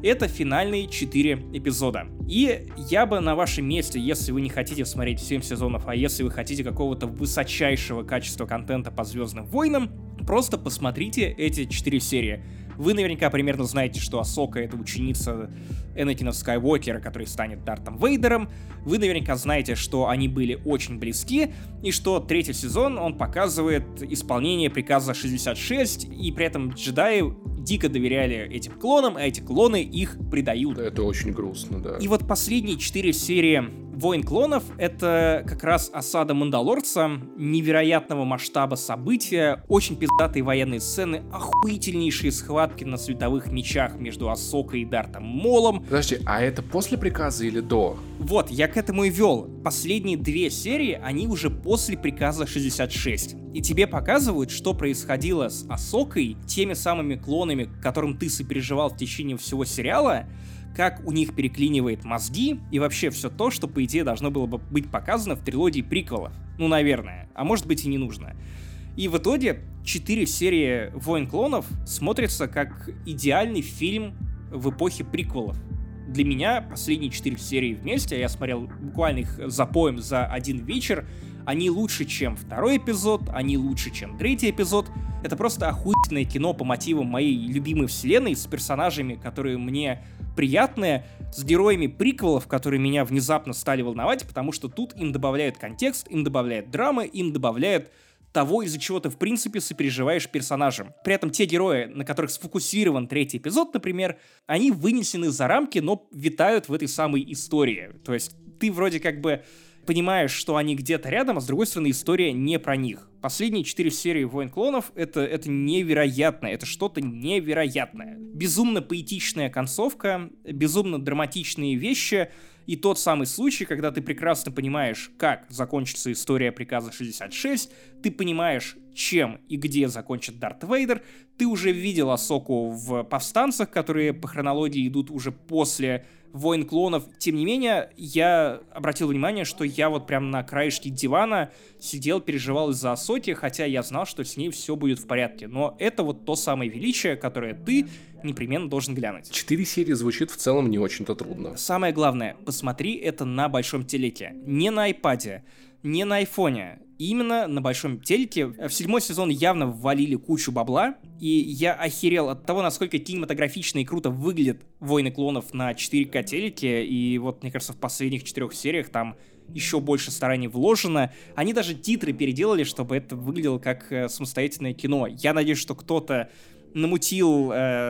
Это финальные 4 эпизода. И я бы на вашем месте, если вы не хотите смотреть 7 сезонов, а если вы хотите какого-то высочайшего качества контента по Звездным войнам, просто посмотрите эти 4 серии. Вы наверняка примерно знаете, что Асока — это ученица Энакина Скайуокера, который станет Дартом Вейдером. Вы наверняка знаете, что они были очень близки, и что третий сезон, он показывает исполнение приказа 66, и при этом джедаи дико доверяли этим клонам, а эти клоны их предают. Это очень грустно, да. И вот последние 4 серии «Войн клонов» — это как раз осада Мандалорца, невероятного масштаба события, очень пиздатые военные сцены, охуительнейшие схватки на световых мечах между Асокой и Дартом Молом. Подожди, а это после приказа или до? Вот, я к этому и вел. Последние 2 серии, они уже после приказа 66. И тебе показывают, что происходило с Асокой, теми самыми клонами, к которым ты сопереживал в течение всего сериала, как у них переклинивает мозги и вообще все то, что, по идее, должно было бы быть показано в трилогии приквелов. Ну, наверное. А может быть и не нужно. И в итоге 4 серии «Войн клонов» смотрятся как идеальный фильм в эпохе приквелов. Для меня последние 4 серии вместе, я смотрел буквально их запоем за один вечер, они лучше, чем 2-й эпизод, они лучше, чем 3-й эпизод. Это просто охуительное кино по мотивам моей любимой вселенной, с персонажами, которые мне приятные, с героями приквелов, которые меня внезапно стали волновать, потому что тут им добавляют контекст, им добавляют драмы, им добавляют того, из-за чего ты, в принципе, сопереживаешь персонажам. При этом те герои, на которых сфокусирован 3-й эпизод, например, они вынесены за рамки, но витают в этой самой истории. То есть ты вроде как бы понимаешь, что они где-то рядом, а с другой стороны история не про них. Последние 4 серии «Войн клонов» — это невероятно, это что-то невероятное. Безумно поэтичная концовка, безумно драматичные вещи, и тот самый случай, когда ты прекрасно понимаешь, как закончится история приказа 66, ты понимаешь, чем и где закончит Дарт Вейдер, ты уже видел Асоку в «Повстанцах», которые по хронологии идут уже после «Войн клонов». Тем не менее, я обратил внимание, что я вот прям на краешке дивана сидел, переживал из-за Асоки, хотя я знал, что с ней все будет в порядке. Но это вот то самое величие, которое ты непременно должен глянуть. 4 серии звучит в целом не очень-то трудно. Самое главное, посмотри это на большом телеке. Не на айпаде, не на айфоне. Именно на большом телеке. В 7-й сезон явно ввалили кучу бабла, и я охерел от того, насколько кинематографично и круто выглядят «Войны клонов» на 4К телеке, и вот, мне кажется, в последних 4 сериях там еще больше стараний вложено. Они даже титры переделали, чтобы это выглядело как самостоятельное кино. Я надеюсь, что кто-то намутил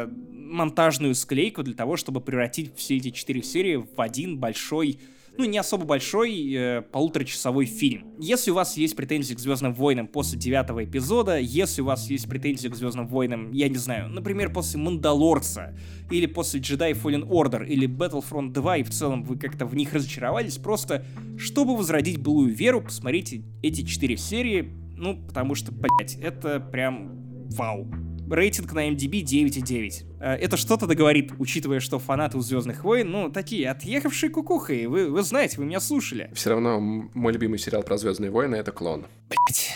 монтажную склейку для того, чтобы превратить все эти 4 серии в один большой, ну, не особо большой, полуторачасовой фильм. Если у вас есть претензии к «Звездным войнам» после 9-го эпизода, если у вас есть претензии к «Звездным войнам», я не знаю, например, после «Мандалорца», или после «Jedi Fallen Order», или «Battlefront 2», и в целом вы как-то в них разочаровались, просто, чтобы возродить былую веру, посмотрите эти 4 серии, ну, потому что, блять, это прям вау. Рейтинг на MDB 9,9. Это что-то договорит, учитывая, что фанаты у «Звездных войн», ну, такие отъехавшие кукухи. Вы знаете, вы меня слушали. Все равно мой любимый сериал про «Звездные войны» — это «Клон». Блять.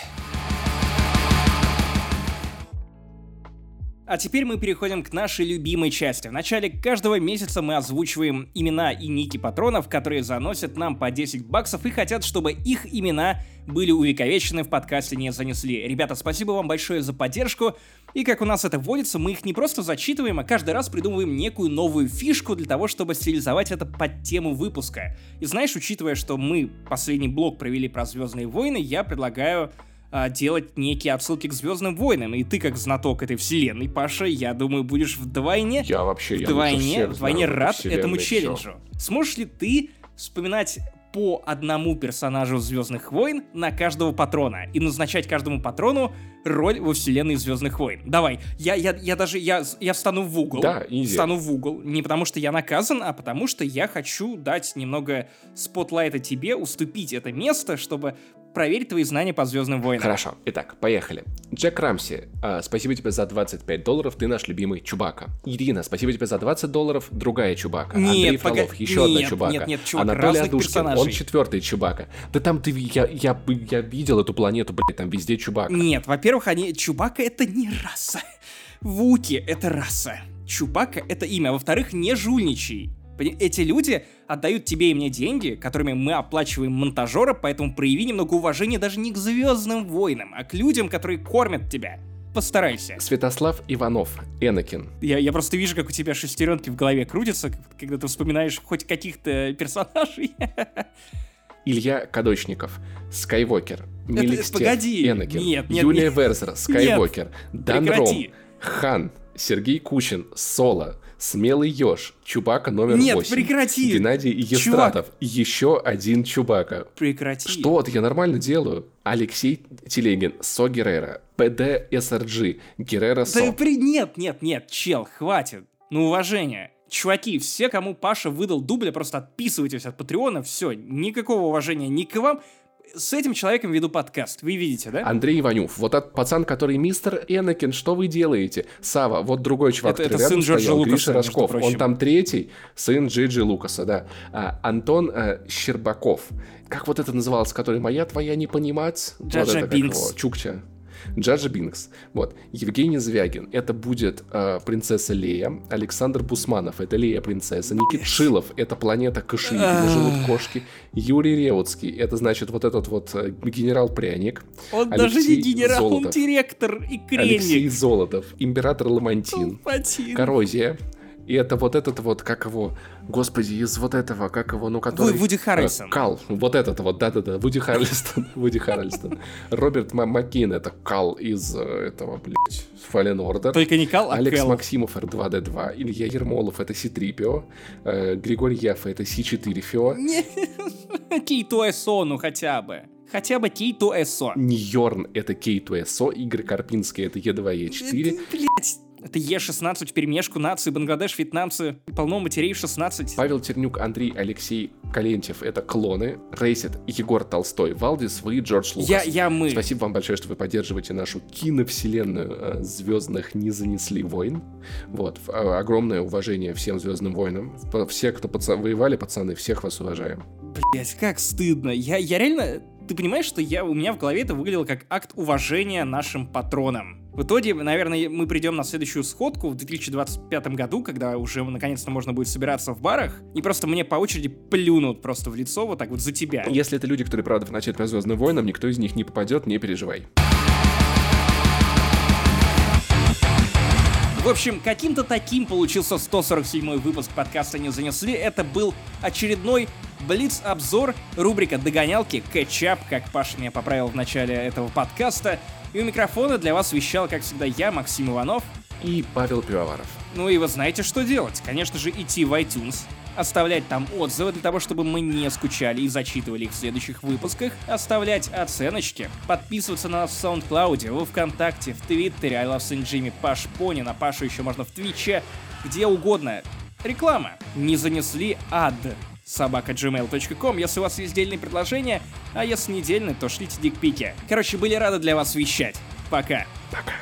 А теперь мы переходим к нашей любимой части. В начале каждого месяца мы озвучиваем имена и ники патронов, которые заносят нам по $10 и хотят, чтобы их имена были увековечены в подкасте «Не занесли». Ребята, спасибо вам большое за поддержку. И как у нас это водится, мы их не просто зачитываем, а каждый раз придумываем некую новую фишку для того, чтобы стилизовать это под тему выпуска. И знаешь, учитывая, что мы последний блок провели про «Звездные войны», я предлагаю делать некие отсылки к «Звездным войнам». И ты, как знаток этой вселенной, Паша, я думаю, будешь вдвойне рад этому челленджу. Сможешь ли ты вспоминать по одному персонажу «Звездных войн» на каждого патрона и назначать каждому патрону роль во вселенной «Звездных войн»? Давай, я встану в угол. Да, изи. Встану в угол. Не потому что я наказан, а потому что я хочу дать немного спотлайта тебе, уступить это место, чтобы проверить твои знания по «Звездным войнам». Хорошо, итак, поехали. Джек Рамси, спасибо тебе за $25, ты наш любимый Чубака. Ирина, спасибо тебе за $20, другая Чубака. Андрей Фролов, еще одна Чубака. Нет, чувак, Анатолий Адушкин, персонажей. он 4-й Чубака. Да там я видел эту планету, блядь, там везде Чубака. Нет, во-первых, Чубака — это не раса. Вуки — это раса. Чубакка — это имя. Во-вторых, не жульничай. Эти люди отдают тебе и мне деньги, которыми мы оплачиваем монтажера, поэтому прояви немного уважения даже не к Звездным войнам, а к людям, которые кормят тебя. Постарайся. Святослав Иванов, Энакин. Я просто вижу, как у тебя шестеренки в голове крутятся, когда ты вспоминаешь хоть каких-то персонажей. Илья Кадочников, Скайуокер. Меликстер, погоди. Энакин. Нет, Юлия Верзер, Скайуокер. Дан прекрати. Ром, Хан, Сергей Кучин, Соло, Смелый Ёж, Чубака номер 8. Нет, прекрати. Геннадий Естратов, еще один Чубака. Прекрати. Что ты? Я нормально делаю. Алексей Телегин, Со Геррера, ПД СРГ, Геррера Со. Нет, чел, хватит. Ну, уважение. Чуваки, все, кому Паша выдал дубля, просто отписывайтесь от Патреона, все, никакого уважения ни к вам. С этим человеком веду подкаст, вы видите, да? Андрей Иванюк, вот этот пацан, который мистер Энакин, что вы делаете? Сава, вот другой чувак, это сын Джорджа Лукаса, Гриша Рожков, он там третий, сын Джиджи Лукаса, да. Антон Щербаков, как вот это называлось, который «Моя твоя не понимать»? Джаджа вот Бинкс. Чукча. Джаджа Бинкс. Вот. Евгений Звягин. Это будет принцесса Лея. Александр Бусманов. Это Лея принцесса. Никит Шилов. Это планета Каши, где живут кошки. Юрий Реутский. Это значит вот этот вот генерал Пряник. Он Алексей даже не генерал, Золотов. он директор и кренник. Алексей Золотов. Император Ламантин. Коррозия. И это вот этот вот, как его, господи, из вот этого, как его, ну, который... Вуди Харрельсон. Кал, вот этот вот, да-да-да, Вуди Харрельсон. Роберт Маккин, это Кал из этого, блядь, Fallen Order. Только не Кал, а Алекс Кэл. Максимов, R2-D2. Илья Ермолов, это C-3PO. Григорий Яффа, это C-4PO. K2SO, ну хотя бы. Хотя бы K2SO. Ньорн, это K2SO. Игорь Карпинский, это E2E4. Блять. Это Е16 в перемешку нации, Бангладеш, вьетнамцы, полно матерей 16. Павел Тернюк, Андрей Алексей Калентьев — это клоны. Рейсет, Егор Толстой, Валдис, вы, Джордж Лукас. Мы. Спасибо вам большое, что вы поддерживаете нашу киновселенную звездных не занесли войн. Вот. Огромное уважение всем Звездным войнам. Все, кто воевали, пацаны, всех вас уважаем. Блять, как стыдно. Я реально... Ты понимаешь, что у меня в голове это выглядело как акт уважения нашим патронам. В итоге, наверное, мы придем на следующую сходку в 2025 году, когда уже наконец-то можно будет собираться в барах, и просто мне по очереди плюнут просто в лицо вот так вот за тебя. Если это люди, которые правда фанатеют по Звездным войнам, никто из них не попадет, не переживай. В общем, каким-то таким получился 147-й выпуск подкаста «Не занесли». Это был очередной Блиц-обзор, рубрика «Догонялки», кэтчап, как Паша меня поправил в начале этого подкаста. И у микрофона для вас вещал, как всегда, я, Максим Иванов. И Павел Пивоваров. Ну и вы знаете, что делать. Конечно же, идти в iTunes, оставлять там отзывы для того, чтобы мы не скучали и зачитывали их в следующих выпусках, оставлять оценочки, подписываться на нас в SoundCloud, во Вконтакте, в Твиттере, I Love Saint Jimmy, Паш Пони, на Пашу еще можно в Твиче, где угодно. Реклама. Не занесли ад. @gmail.com, если у вас есть дельные предложения, а если не дельные, то шлите дикпики. Короче, были рады для вас вещать. Пока. Пока.